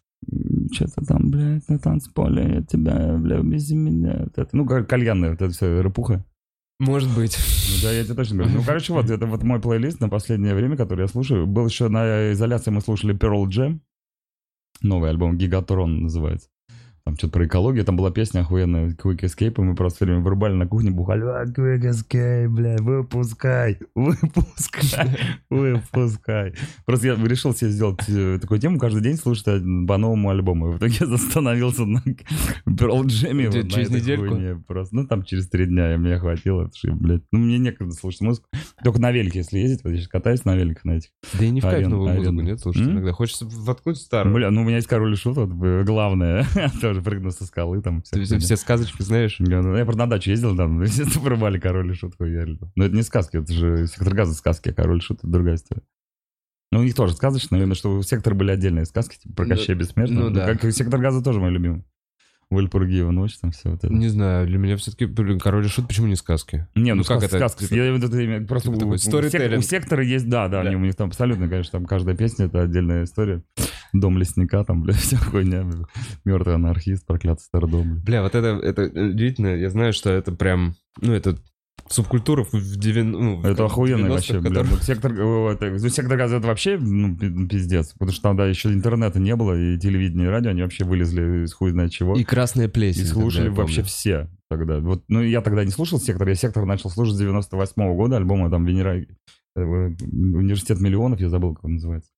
S2: что-то там, блядь, на танцполе, я тебя, блядь, без меня, вот это, ну, как кальянная, вот это все рэпуха.
S1: Может быть.
S2: Ну да, я тебе точно говорю. Ну, короче, вот, это вот мой плейлист на последнее время, который я слушаю. Был еще на изоляции, мы слушали Pearl Jam. Новый альбом Gigatron называется. Там что-то про экологию, там была песня охуенная Quick Escape, и мы просто все время вырубали на кухне, бухали. А, Quick Escape, бля, выпускай, выпускай, выпускай. Просто я решил себе сделать э, такую тему, каждый день слушать один по новому альбому. И в итоге я остановился на Pearl Jam.
S1: Где,
S2: вот на
S1: через
S2: этой
S1: недельку?
S2: хуйне просто. Ну, там через три дня, и мне хватило. Потому что, блядь, ну, мне некогда слушать музыку. Только на велике, если ездить, вот я сейчас катаюсь на великах на этих.
S1: Да и не в кайф
S2: Арен-
S1: новую музыку,
S2: аренда.
S1: нет, слушать
S2: М?
S1: иногда. Хочется воткнуть старую.
S2: Бля, ну, у меня есть Король и Шут, вот, э, главное. Тоже прыгну со скалы, там. вся
S1: Ты все,
S2: хуйня.
S1: все сказочки знаешь?
S2: Я, ну, я просто на дачу ездил, там, естественно, вырубали Король и Шут, хуярили. Но это не сказки, это же Сектор Газа сказки, а Король и Шут — это другая история. Ну, у них тоже сказочно, наверное, что у Сектора были отдельные сказки, типа про
S1: Ну,
S2: Кощея Бессмертного.
S1: ну да.
S2: Как и Сектор Газа тоже мой любимый. Вальпургиева ночь, там все вот это.
S1: Не знаю, для меня все-таки, блин, Король и Шут, почему не сказки?
S2: Не, ну,
S1: ну как
S2: сказ-
S1: это?
S2: сказка.
S1: Типа-
S2: Я имею в виду, это просто
S1: типа
S2: у,
S1: такой
S2: у, сек-
S1: storytelling.
S2: у Сектора есть, да, да,
S1: Да.
S2: они- у них там абсолютно, конечно, там каждая песня — это отдельная история. Дом лесника, там, бля, вся хуйня. Мертвый анархист, проклятый старый дом, бля.
S1: Бля, вот это, это удивительно. Я знаю, что это прям, ну, это субкультура в девяностых, ну,
S2: Это
S1: в
S2: охуенно
S1: девяностых,
S2: вообще, бля.
S1: которая-
S2: Вот сектор, э, это, ну, сектор газа — это вообще, ну, пи- пиздец. Потому что тогда еще интернета не было, и телевидение, и радио, они вообще вылезли из хуй знает чего.
S1: И красная
S2: И
S1: плесень.
S2: слушали
S1: тогда, я
S2: вообще
S1: помню.
S2: все тогда. Вот, ну, я тогда не слушал «Сектор», я «Сектор» начал слушать с девяносто восьмого года, альбома там «Венера», э, «Университет миллионов», я забыл, как он называется.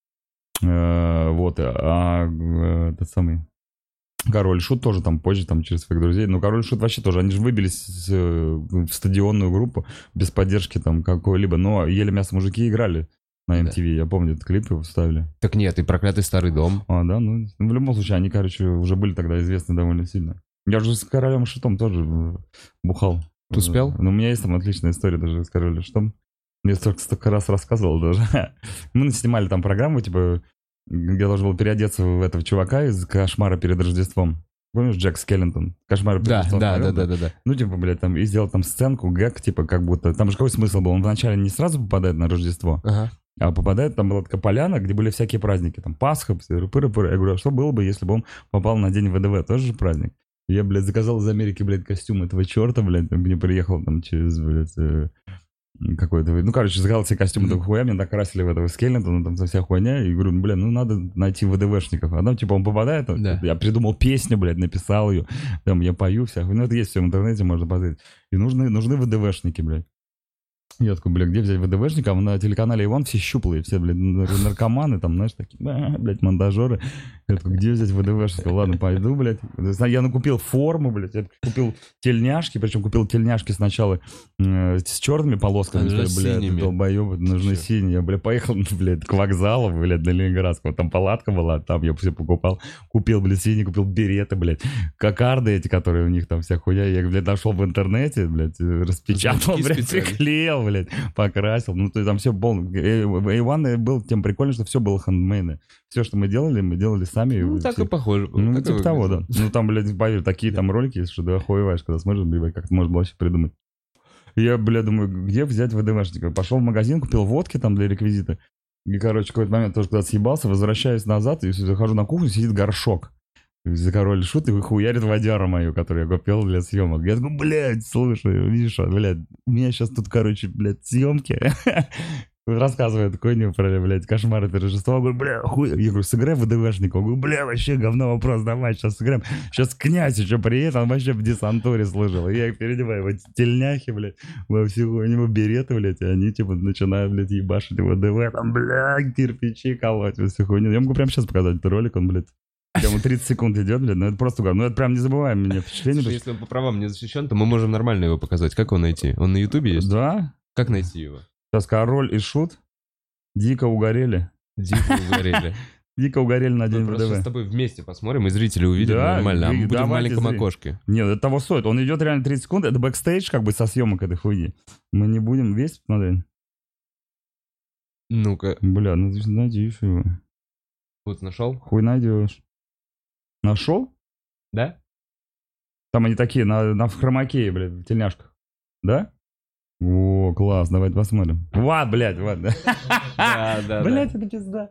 S2: Э, Вот, а э, этот самый Король и Шут тоже там позже, там через своих друзей. Но Король и Шут вообще тоже, они же выбились с, э, в стадионную группу без поддержки там какой-либо. Но «Ели мясо мужики» играли на эм ти ви, я помню, этот клип его вставили.
S1: Так нет, и проклятый старый дом.
S2: А, да, ну, в любом случае, они, короче, уже были тогда известны довольно сильно. Я уже с Королем и Шутом тоже э, бухал.
S1: Ты успел?
S2: Ну, у меня есть там отличная история даже с Королем и Шутом. Я столько, столько раз рассказывал даже. Мы снимали там программу, типа, где я должен был переодеться в этого чувака из «Кошмара перед Рождеством». Помнишь, Джек Скеллентон? «Кошмар перед
S1: Да,
S2: Рождеством».
S1: да, да,
S2: смотрел,
S1: да, да, да.
S2: Ну, типа, блядь, там, и сделал там сценку, гэг, типа, как будто... Там же какой смысл был? Он вначале не сразу попадает на Рождество,
S1: Ага.
S2: а попадает, там была такая поляна, где были всякие праздники, там Пасха, пыры-пыры. Я говорю, а что было бы, если бы он попал на день ВДВ? Тоже же праздник. И я, блядь, заказал из Америки, блядь, костюм этого черта, блядь, мне приехал там через, блядь, э, какой-то... Ну, короче, заказал себе костюм этого хуя, меня накрасили в этого Скеллентона, там вся хуйня, и говорю, ну, блядь, ну, надо найти ВДВшников. А там, типа, он попадает,
S1: Да.
S2: я придумал песню, блядь, написал ее, там, я пою вся хуйня. Ну, это есть все в интернете, можно посмотреть. И нужны, нужны ВДВшники, блядь. Я такой, бля, где взять ВДВшника? А на телеканале Иван все щуплые, все, блядь, нар- наркоманы, там, знаешь, такие, «А, блядь, монтажеры. Я такой, где взять ВДВшника? Ладно, пойду, блядь. Я накупил форму, блядь, я купил тельняшки, причем купил тельняшки сначала э, с черными полосками,
S1: Нужно
S2: что ли, блядь,
S1: синими.
S2: долбоебы, нужны
S1: Всё.
S2: синие. Я, бля, поехал, блядь, к вокзалу, блядь, на Ленинградского, там палатка была, там я все покупал. Купил, блядь, синие, купил береты, блядь, кокарды эти, которые у них там вся хуя. Я, блядь, нашел в интернете, блядь, распечатал,
S1: Значки
S2: блядь,
S1: специальные.
S2: приклеил, блядь, покрасил. Ну, то есть там все было. Иван был тем прикольно, что все было хендмейне. Все, что мы делали, мы делали сами.
S1: Ну,
S2: и
S1: так
S2: все-
S1: и похоже. было,
S2: Ну,
S1: так и
S2: типа того, да.
S1: выглядело.
S2: Ну, там, блядь, поверь, такие там ролики есть, что ты охуеваешь, когда смотришь, блядь, как это можно было вообще придумать. И я, бля, думаю, где взять ВДВшника? Пошел в магазин, купил водки там для реквизита. И, короче, в какой-то момент тоже куда-то съебался, возвращаюсь назад, и захожу на кухню, сидит горшок. За король шут и хуярит водяру мою, которую я купил для съемок. Я такой, блядь, слушай, видишь, что, блядь, у меня сейчас тут, короче, блядь, съемки. Рассказывает хуйню про, блядь, кошмар это Рождество. Я говорю, бля, хуй. Я говорю, сыграй ВДВшника. Я говорю, бля, вообще говно вопрос, давай, сейчас сыграем. Сейчас князь еще приедет, он вообще в десантуре служил. И я их переодеваю в эти тельняхи, блядь, во всю хуйню, береты, блядь, и они, типа, начинают, блядь, ебашить ВДВ, там, блядь, кирпичи колоть, во всю хуйню. Я могу прямо сейчас показать этот ролик, он, блядь, прямо тридцать секунд идет, блядь, ну это просто, ну это прям не забываем меня впечатление.
S1: Слушай,
S2: потому
S1: если он по правам не защищен, то мы можем нормально его показать. Как его найти? Он на Ютубе
S2: что-
S1: есть?
S2: Да,
S1: Как найти его?
S2: сейчас король и шут дико угорели.
S1: Дико угорели.
S2: Дико угорели на
S1: Мы
S2: день
S1: просто сейчас с
S2: ВДВ.
S1: тобой вместе посмотрим, и зрители увидят
S2: Да,
S1: нормально. А мы
S2: и
S1: будем в
S2: давайте,
S1: маленьком
S2: зрители.
S1: окошке.
S2: Нет, это того стоит. Он идет реально тридцать секунд. Это бэкстейдж как бы со съемок этой хуйни. Мы не будем весь смотреть.
S1: Ну-ка,
S2: Бля, ну ты найдешь его.
S1: вот нашел?
S2: Хуй найдешь. Нашел?
S1: Да?
S2: Там они такие, на, на хромакее, блядь, в тельняшках. Да? О, класс, давайте посмотрим. Вот, блядь, вот.
S1: Да, да,
S2: Блядь, это пизда.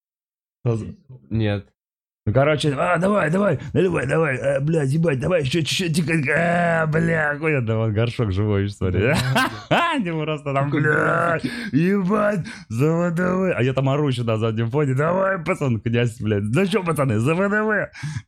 S1: Нет.
S2: Ну, короче, а, давай, давай, наливай, давай, а, блядь, ебать, давай, еще чуть-чуть, тихонько, а, бля, хуя, да, вот горшок живой, смотри. Они просто там, бля, ебать, за ВДВ. А я там ору еще на заднем фоне, давай, пацан, князь, блядь, ну что, пацаны, за ВДВ.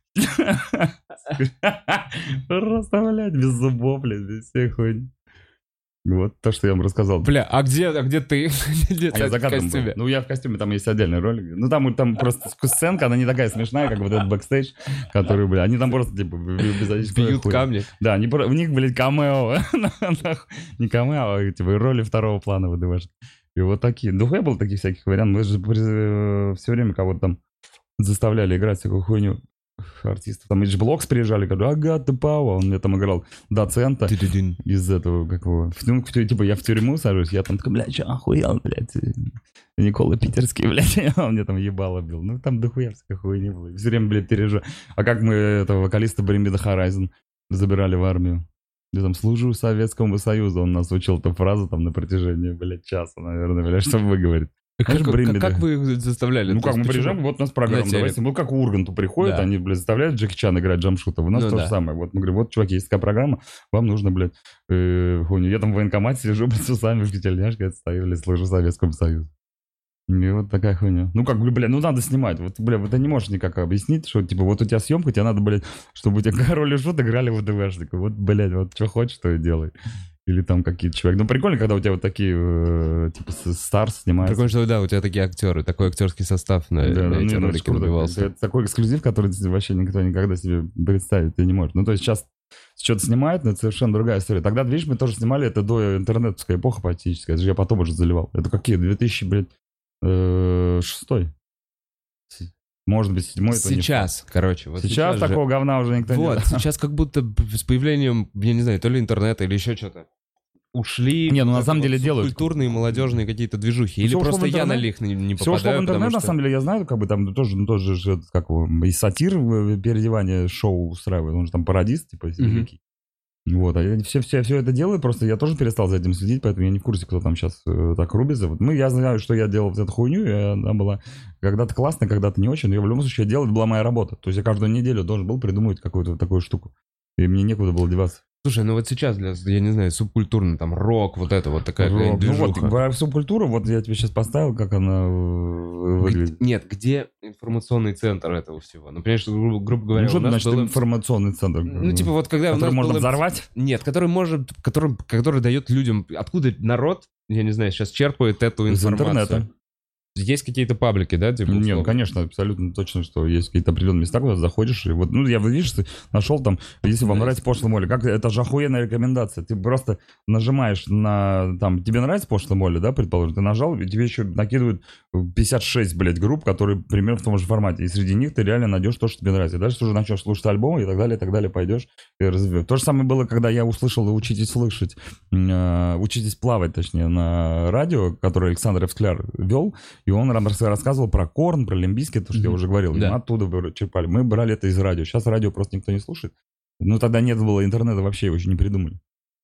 S2: Просто, блядь, без зубов, блядь, без всей хуйни. Вот то, что я вам рассказал.
S1: Бля, а где, а где ты? Где
S2: А
S1: ты
S2: я
S1: в
S2: за кадром был.
S1: костюме?
S2: Ну, я в костюме, там есть отдельный ролик. Ну, там, там просто сценка, она не такая смешная, как вот этот бэкстейдж, который, бля, они там просто, типа, без
S1: Бьют камни.
S2: Да, они, про- у них, блядь, камео. Не камео, а типа роли второго плана выдаваешь. И вот такие. Ну, я был таких всяких вариантов. Мы же все время кого-то там заставляли играть всякую хуйню. Артистов. Там H-Blocks приезжали, говорю, ага, ты Пава. Он мне там играл доцента
S1: Ты-ты-дын.
S2: из этого, как его, в- ну, в тю- типа, я в тюрьму сажусь, я там такой, блядь, что, охуел, блядь, Никола Питерский, блядь, он мне там ебало бил. Ну, там дохуя всякой хуйни было. Все время, блядь, переживаю. А как мы этого вокалиста Bring Me The Horizon забирали в армию? Я там служу Советскому Союзу, он нас учил эту фразу там на протяжении, блядь, часа, наверное, блядь, чтобы выговорить.
S1: Как,
S2: Знаешь, Bring Me
S1: как- как
S2: The-
S1: вы их заставляли?
S2: Ну
S1: То
S2: как, мы
S1: есть почему?
S2: приезжаем, вот у нас программа,
S1: На
S2: давайте,
S1: телек.
S2: ну как у Урганту приходят,
S1: Да.
S2: они, блядь, заставляют Джеки Чан играть Джамшута, у нас
S1: Ну
S2: то
S1: да.
S2: же самое. Вот мы говорим, вот, чуваки, есть такая программа, вам нужно, блядь, э, хуйню. Я там в военкомате сижу, блядь, с усами в петельняшке отстаю, блядь, служу Советскому Союзу. И вот такая хуйня. Ну как, бля, ну надо снимать. Вот, бля, вот ты не можешь никак объяснить, что, типа, вот у тебя съемка, тебе надо, блядь, чтобы у тебя король и шут играли в ВДВшника. Вот, блядь, вот что хочешь, то и делай. Или там какие-то человек. Ну прикольно, когда у тебя вот такие, э, типа, Старс снимаются.
S1: Прикольно, что да, у тебя такие актеры, такой актерский состав на,
S2: Да,
S1: на
S2: ну,
S1: эти
S2: не, ну, это
S1: ролики
S2: круто.
S1: набивался.
S2: Это такой эксклюзив, который вообще никто никогда себе представить не может. Ну, то есть сейчас что-то снимают, но это совершенно другая история. Тогда, видишь, мы тоже снимали, это до интернетовской эпохи практически. Это же я потом уже заливал. Это какие? две тысячи шестой? Может быть, седьмой. это не
S1: Сейчас, короче. Вот
S2: факт. Сейчас
S1: же-
S2: такого говна уже никто
S1: Вот,
S2: не...
S1: сейчас как будто б- с появлением, я не знаю, то ли интернета или еще что-то, ушли...
S2: Не, ну, на
S1: вот
S2: самом
S1: это
S2: деле
S1: вот
S2: делают.
S1: субкультурные, молодежные какие-то движухи. Или
S2: Всё ушло в
S1: просто я на
S2: интернет.
S1: них не, не
S2: Все ушло в
S1: попадаю,
S2: интернет,
S1: потому
S2: на
S1: что...
S2: самом деле, я знаю, как бы там тоже, ну, тоже же, этот, как его, и сатир э, переодевание шоу устраивает, он же там пародист, типа, великий. Вот, а я все, все, все это делаю, просто я тоже перестал за этим следить, поэтому я не в курсе, кто там сейчас э, так рубится. Вот, ну, я знаю, что я делал вот эту хуйню, и она была когда-то классная, когда-то не очень, но я в любом случае я делал, это была моя работа. То есть я каждую неделю должен был придумывать какую-то такую штуку, и мне некуда было деваться.
S1: Слушай, ну вот сейчас для, я не знаю, субкультурно, там, рок, вот это вот такая
S2: Рок.
S1: какая-нибудь
S2: Ну вот,
S1: движуха.
S2: про субкультуру, вот я тебе сейчас поставил, как она э, выглядит.
S1: Г- Нет, где информационный центр этого всего? Ну, понимаешь, гру- грубо говоря,
S2: Ну, что
S1: у нас
S2: значит
S1: было...
S2: информационный центр?
S1: Ну, типа вот когда у
S2: который
S1: нас
S2: можно
S1: было-
S2: взорвать?
S1: Нет, который может, который, который дает людям, откуда народ я не знаю, сейчас черпает эту
S2: Из
S1: информацию?
S2: интернета.
S1: Есть какие-то паблики, да, типа?
S2: Не, ну,
S1: условно?
S2: конечно, абсолютно точно, что есть какие-то определенные места, куда заходишь, и вот, ну, я, видишь, ты нашел там, если вам
S1: Да.
S2: нравится пошлый Молли, как, это же охуенная рекомендация, ты просто нажимаешь на, там, тебе нравится пошлый Молли, да, предположим, ты нажал, и тебе еще накидывают пятьдесят шесть, блядь, групп, которые примерно в том же формате, и среди них ты реально найдешь то, что тебе нравится, и дальше ты уже начнешь слушать альбомы и так далее, и так далее, пойдешь и развиваешь. То же самое было, когда я услышал «Учитесь слышать», э, «Учитесь плавать», точнее, на радио, которое Александр Евскляр вел, и он нам рас- рассказывал про Корн, про Лимп Бизкит, то, что я уже говорил. И
S1: Да.
S2: мы оттуда бр- черпали. Мы брали это из радио. Сейчас радио просто никто не слушает. Ну, тогда нет было интернета, вообще его еще не придумали.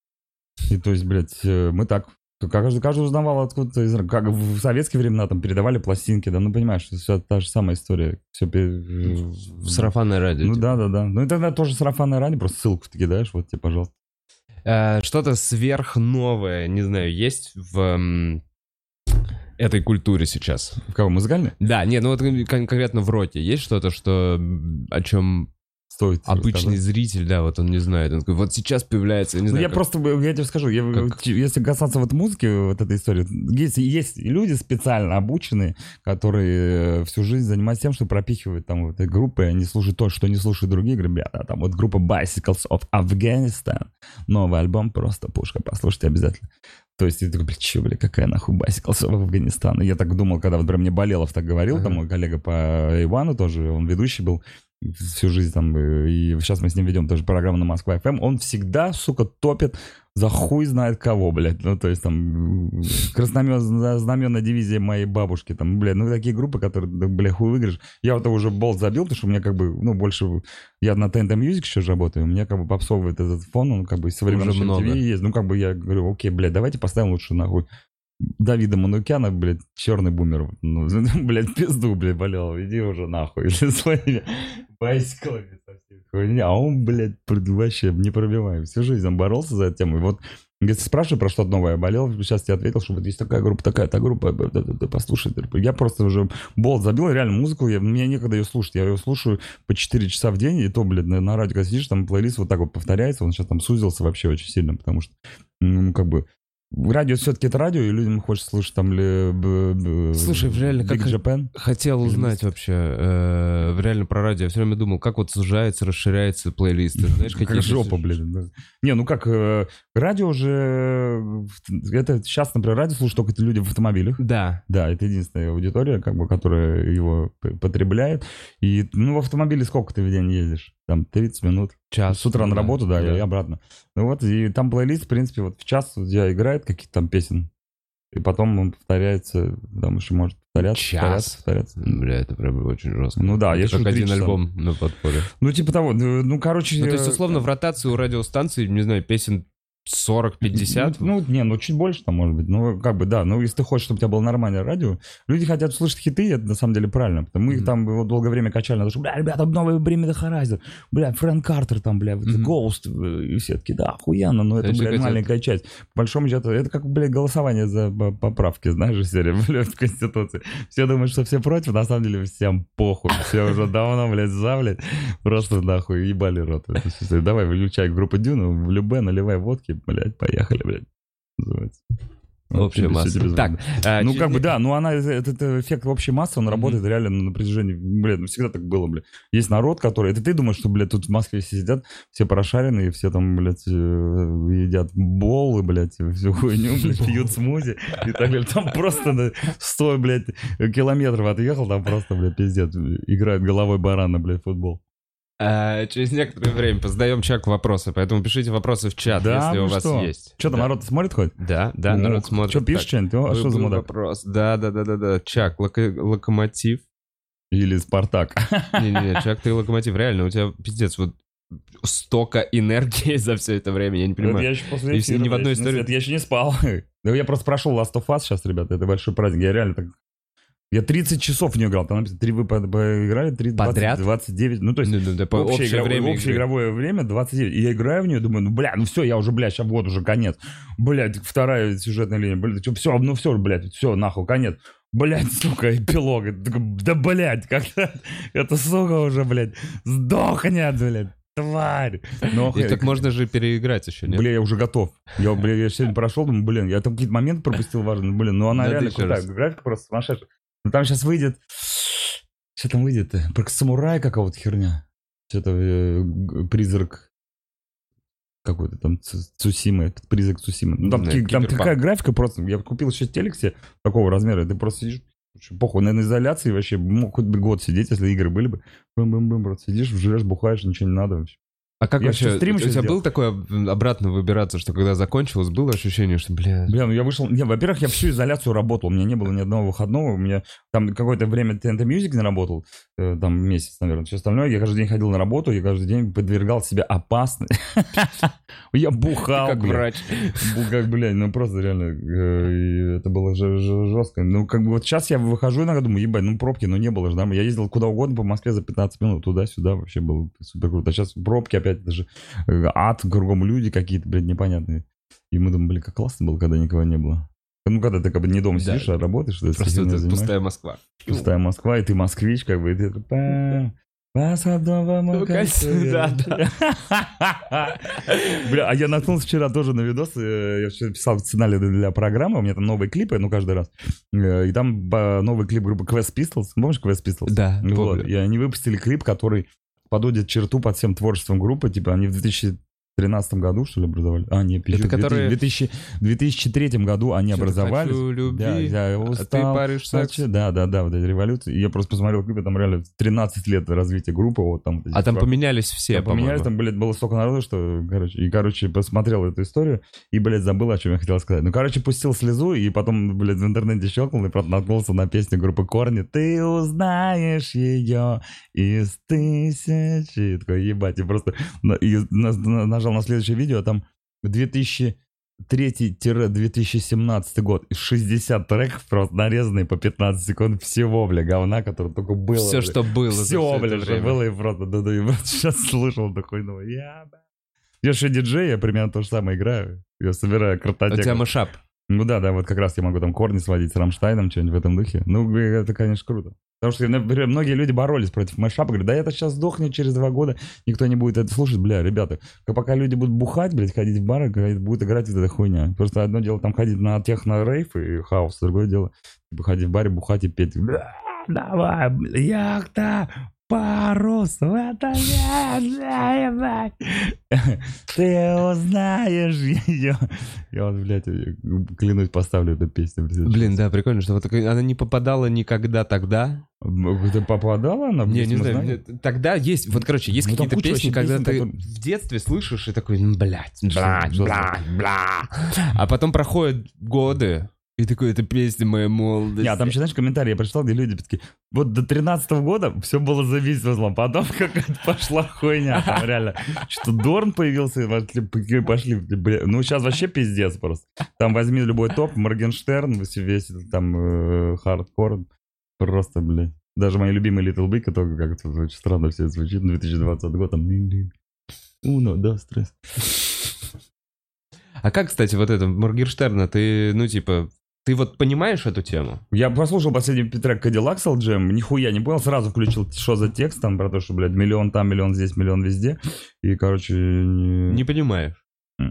S2: И то есть, блядь, э, мы так... Каждый, каждый узнавал откуда-то из... Как в советские времена там передавали пластинки, да, ну, понимаешь, что все та же самая история. Все
S1: В сарафанное радио.
S2: Ну,
S1: типа.
S2: да-да-да. Ну, и тогда тоже сарафанное радио, просто ссылку ты кидаешь, вот тебе, пожалуйста.
S1: Э, Что-то сверхновое, не знаю, есть в м, этой культуре сейчас?
S2: В кого, музыкальный?
S1: Да, нет, ну вот кон- конкретно в роке есть что-то, что м, о чем
S2: Стоит
S1: обычный
S2: рассказать.
S1: зритель, да, вот он не знает. Он такой, вот сейчас появляется, я не
S2: Ну,
S1: знаю,
S2: я
S1: как-
S2: просто, я тебе скажу, я,
S1: как-
S2: если касаться вот музыки, вот этой истории, есть, есть люди специально обученные, которые всю жизнь занимаются тем, что пропихивают там вот эти группы, они слушают то, что не слушают другие, говорят, ребята, там вот группа Bicycles of Afghanistan, новый альбом, просто пушка, послушайте обязательно. То есть, ты такой, блядь, че, бля, какая нахуй Bicycles of Afghanistan? И я так думал, когда вот прям мне Болелов так говорил,
S1: Ага.
S2: там мой коллега по Ивану тоже, он ведущий был, всю жизнь там, э, и сейчас мы с ним ведем тоже программу на Москва эф эм, он всегда, сука, топит за хуй знает кого, блядь. Ну, то есть там краснознаменная дивизия моей бабушки, там, блядь, ну, такие группы, которые, да, блядь, хуй выиграешь. Я вот уже болт забил, потому что у меня как бы, ну, больше, я на ти эн ти Music еще работаю, у меня как бы попсовывает этот фон, он как бы со времен
S1: Уже
S2: эм ти ви
S1: много.
S2: есть. Ну, как бы я говорю, окей, блядь, давайте поставим лучше нахуй Давида Манукяна, блядь, черный бумер. Ну, блядь, пизду, блядь, болел. Иди уже нахуй. Или своими байсиклами со всей хуйней. А он, блядь, вообще непробиваемый. Всю жизнь он боролся за эту тему. И вот, если спрашиваю про что-то новое, я болел, сейчас тебе ответил, что вот есть такая группа, такая-то группа, ты послушай. Я просто уже болт забил, реально музыку, я, мне некогда ее слушать. Я ее слушаю по четыре часа в день, и то, блядь, на, на радио, когда сидишь, там плейлист вот так вот повторяется, он сейчас там сузился вообще очень сильно, потому что, ну, как бы, радио все-таки это радио, и людям хочется слушать там ли... б- б-
S1: Слушай, реально,
S2: Big
S1: как-
S2: Japan.
S1: Хотел узнать вообще, э, реально про радио. Я все время думал, как вот сужается, расширяется плейлист. Ты знаешь, какие
S2: Как жопа, блин. да. Не, ну как, э, радио же... Это сейчас, например, радио слушают только люди в автомобилях.
S1: Да.
S2: Да, это единственная аудитория, как бы, которая его п- потребляет. И, ну, в автомобиле сколько ты в день ездишь? Там тридцать минут.
S1: Час.
S2: С утра на
S1: да.
S2: работу, да,
S1: Да.
S2: и обратно. Ну вот, и там плейлист, в принципе, вот в час у тебя играет какие-то там песен. И потом он повторяется, там еще может повторяться,
S1: Час?
S2: повторяться, повторяться.
S1: Бля, это прям очень жестко.
S2: Ну да,
S1: это
S2: я
S1: как
S2: слушаю три
S1: один
S2: часа.
S1: альбом на подпоре.
S2: Ну, типа того, ну, ну, короче...
S1: Ну, то есть,
S2: э,
S1: условно, в ротации у радиостанции, не знаю, песен сорок-пятьдесят.
S2: Ну, ну, не, ну чуть больше там, может быть. Ну, как бы, да. Ну, если ты хочешь, чтобы у тебя было нормальное радио, люди хотят слышать хиты, и это на самом деле правильно. Потому мы их
S1: Мгм.
S2: там вот долгое время качали на то, что, бля, ребята, новый Бримида Харайзер, бля, Фрэнк Картер там, бля, вот
S1: Мгм.
S2: Ghost, э, и все таки да, охуенно, но это,
S1: Все
S2: бля,
S1: хотят.
S2: маленькая часть. По большому счету, это как, бля, голосование за по- поправки, знаешь, же, серия, бля, в Конституции. Все думают, что все против, на самом деле всем похуй. Все уже давно, блядь, за, блядь, просто нахуй ебали рот. Это всё. Давай, выключай группу Дюну, в любе, наливай водки, блядь, поехали, блядь. Называется. Вот
S1: Общая
S2: тебе- всё
S1: масса.
S2: тебе
S1: Так,
S2: звонят.
S1: а,
S2: Ну,
S1: через
S2: как бы,
S1: не-
S2: да, ну, она, этот эффект общей массы, он работает реально на протяжении, блядь, ну, всегда так было, блядь. Есть народ, который, это ты думаешь, что, блядь, тут в Москве все сидят, все прошаренные, все там, блядь, э, едят боллы, блядь, всю хуйню, блядь, пьют смузи и так далее. Там просто на сто, блядь, километров отъехал, там просто, блядь, пиздец, играет головой барана, блядь, в футбол.
S1: а, через некоторое время позадаем чак вопросы, поэтому пишите вопросы в чат,
S2: Да,
S1: если
S2: вы
S1: у вас
S2: что?
S1: есть.
S2: Что там,
S1: Да.
S2: народ смотрит хоть?
S1: Да, да,
S2: Ну,
S1: народ смотрит.
S2: Что, пишешь
S1: Так,
S2: что-нибудь? А
S1: был-
S2: что за
S1: был
S2: мудак?
S1: вопрос. Да, да, да, да, да. Чак, локо- локомотив.
S2: Или Спартак?
S1: Не-не-не, Чак, ты локомотив. Реально, у тебя пиздец, вот столько энергии за все это время, я не
S2: Это
S1: понимаю.
S2: я еще после
S1: Если
S2: эфира,
S1: ни в одной
S2: блядь, ну,
S1: истории-
S2: это я еще не спал. Да я просто прошел Last of Us сейчас, ребята, это большой праздник. Я реально так... Я тридцать часов в нее играл. Там написано, три вы по- поиграли, три, двадцать,
S1: Подряд?
S2: двадцать девять. Ну, то есть
S1: Ну, ну, да, по-
S2: общее,
S1: общее
S2: игровое,
S1: время
S2: общее
S1: игры.
S2: игровое время двадцать девять. И я играю в нее, думаю, ну, бля, ну все, я уже, блядь, сейчас вот уже конец. Блядь, вторая сюжетная линия. Блядь, все, ну все, блядь, все, нахуй, конец. Блядь, сука, эпилог. Я такой, да, блядь, когда это, сука, уже, блядь, сдохнет, блядь. тварь. Но,
S1: И так можно же переиграть еще, нет?
S2: Бля, я уже готов. Я, бля, я сегодня прошел, думаю, блин, я там какие-то моменты пропустил важные, блин, ну она
S1: Надо
S2: реально
S1: еще
S2: крутая.
S1: раз.
S2: Графика просто сумасшедшая. Ну там сейчас выйдет... Что там выйдет-то? Про самурая какого-то херня. Что-то э, г- призрак... Какой-то там Цу- Цусимы, этот призрак Цусимы. Ну, там,
S1: Да,
S2: такие- там
S1: киберпанк.
S2: такая графика просто. Я купил еще телек себе такого размера, и ты просто сидишь, похуй, на изоляции вообще мог хоть бы год сидеть, если игры были бы. Бум-бум-бум, просто сидишь, жрешь, бухаешь, ничего не надо вообще.
S1: А как
S2: Я
S1: вообще,
S2: еще стрим
S1: у
S2: еще
S1: тебя
S2: сделал.
S1: было такое м, обратно выбираться, что когда закончилось, было ощущение, что, бля...
S2: Бля, ну я вышел... Не, во-первых, я всю изоляцию работал. У меня не было ни одного выходного. У меня там какое-то время ти эн ти Music не работал. э, Там месяц, наверное. Все остальное. Я каждый день ходил на работу. Я каждый день подвергал себя опасности. Я бухал,
S1: Как
S2: бля.
S1: врач.
S2: Бу- Как, блядь, ну просто реально. э, и Это было ж- ж- жестко. Ну, как бы вот сейчас я выхожу иногда, думаю, ебать, ну пробки, ну не было же. Да? Я ездил куда угодно по Москве за пятнадцать минут. Туда-сюда вообще было супер круто. А сейчас пробки опять даже э, ад, кругом люди какие-то, блядь, непонятные. И мы думаем, блин, как классно было, когда никого не было. Ну, когда ты как бы не дома
S1: Да.
S2: сидишь, а работаешь, что
S1: Просто вот эта пустая Москва.
S2: пустая Москва, и ты москвич, как бы, и ты такой, «Па, по Садовому
S1: Ну,
S2: кольцу
S1: да,
S2: я». Бля, а я наткнулся вчера тоже на видос, э, я вчера писал сценарий для программы, у меня там новые клипы, ну, каждый раз, Э, и там э, новый клип группы Quest Pistols, помнишь Quest Pistols?
S1: Да,
S2: Вот,
S1: помню.
S2: и они выпустили клип, который подводит черту под всем творчеством группы, типа они в две тысячи тринадцатом году, что ли, образовали? А, нет, пизжу,
S1: Это которые-
S2: в две тысячи в две тысячи третьем году они
S1: Что-то
S2: образовались.
S1: «Хочу любви,
S2: Да, я
S1: а ты
S2: устал.
S1: паришь секс».
S2: Значит, Да, да, да, вот эта революция. И я просто посмотрел клипы, там реально тринадцать лет развития группы. Вот там, вот эти
S1: А там
S2: чуваки.
S1: поменялись все,
S2: Там поменялись,
S1: по-моему.
S2: там, блядь, было столько народу, что, короче, и, короче, посмотрел эту историю, и, блядь, забыл, о чем я хотел сказать. Ну, короче, пустил слезу, и потом, блядь, в интернете щелкнул, и просто наткнулся на песню группы Корни. Ты узнаешь ее из тысячи. Такой, ебать, и просто на- и на- на- нажал на следующее видео, а там две тысячи третий - две тысячи семнадцатый год, и шестьдесят треков просто нарезанные по пятнадцать секунд всего, бля, говна, которое только было.
S1: Все,
S2: бля.
S1: что было. за
S2: Все,
S1: всё
S2: бля,
S1: это
S2: что
S1: время.
S2: было, и просто, да, да, и вот сейчас слушал такой, ну, я, бля. Я же диджей, я примерно то же самое играю. Я собираю
S1: У тебя
S2: картотеку.
S1: машап.
S2: Ну да, да, вот как раз я могу там корни сводить с Рамштайном, что-нибудь в этом духе. Ну, бля, это, конечно, круто. Потому что, например, многие люди боролись против мэшапа, говорят, да это сейчас сдохнет через два года, никто не будет это слушать. Бля, ребята, как пока люди будут бухать, блядь, ходить в бары, когда будет играть вот эта хуйня. Просто одно дело там ходить на техно-рейв и хаос, другое дело типа, ходить в баре, бухать и петь. Бля, давай, бля, яхта, парус, в это ебать. Ты узнаешь ее. Я вот, блядь, клянусь, поставлю эту песню. блядь.
S1: Блин, да, прикольно, что вот такая- она не попадала никогда тогда.
S2: Ты попадала она?
S1: Не, не
S2: Мы
S1: знаю,
S2: знаем.
S1: нет, тогда есть, вот, короче, есть
S2: Ну, там
S1: какие-то
S2: куча
S1: песни,
S2: очень
S1: когда
S2: песен,
S1: ты
S2: которые-
S1: в детстве слышишь и такой, ну, блядь, блядь,
S2: что
S1: блядь, блядь. А потом проходят годы, и такой, это песня моей молодости.
S2: Не, а там еще, знаешь, комментарии я прочитал, где люди такие, вот до тринадцатого года все было зависло, потом какая-то пошла хуйня, там реально, что Дорн появился, пошли, пошли, бля, ну сейчас вообще пиздец просто. Там возьми любой топ, Моргенштерн, весь этот там э, хардкор, просто, блядь. Даже мои любимые Little Big, только как-то очень странно все это звучит, две тысячи двадцатый год, там, уно, да, стресс.
S1: А как, кстати, вот это, Моргенштерна, ты, ну, типа, ты вот понимаешь эту тему?
S2: Я послушал последний трек Cadillac Soul Jam, нихуя не понял, сразу включил, что за текст там, про то, что, блядь, миллион там, миллион здесь, миллион везде. И, короче, не,
S1: Не понимаешь.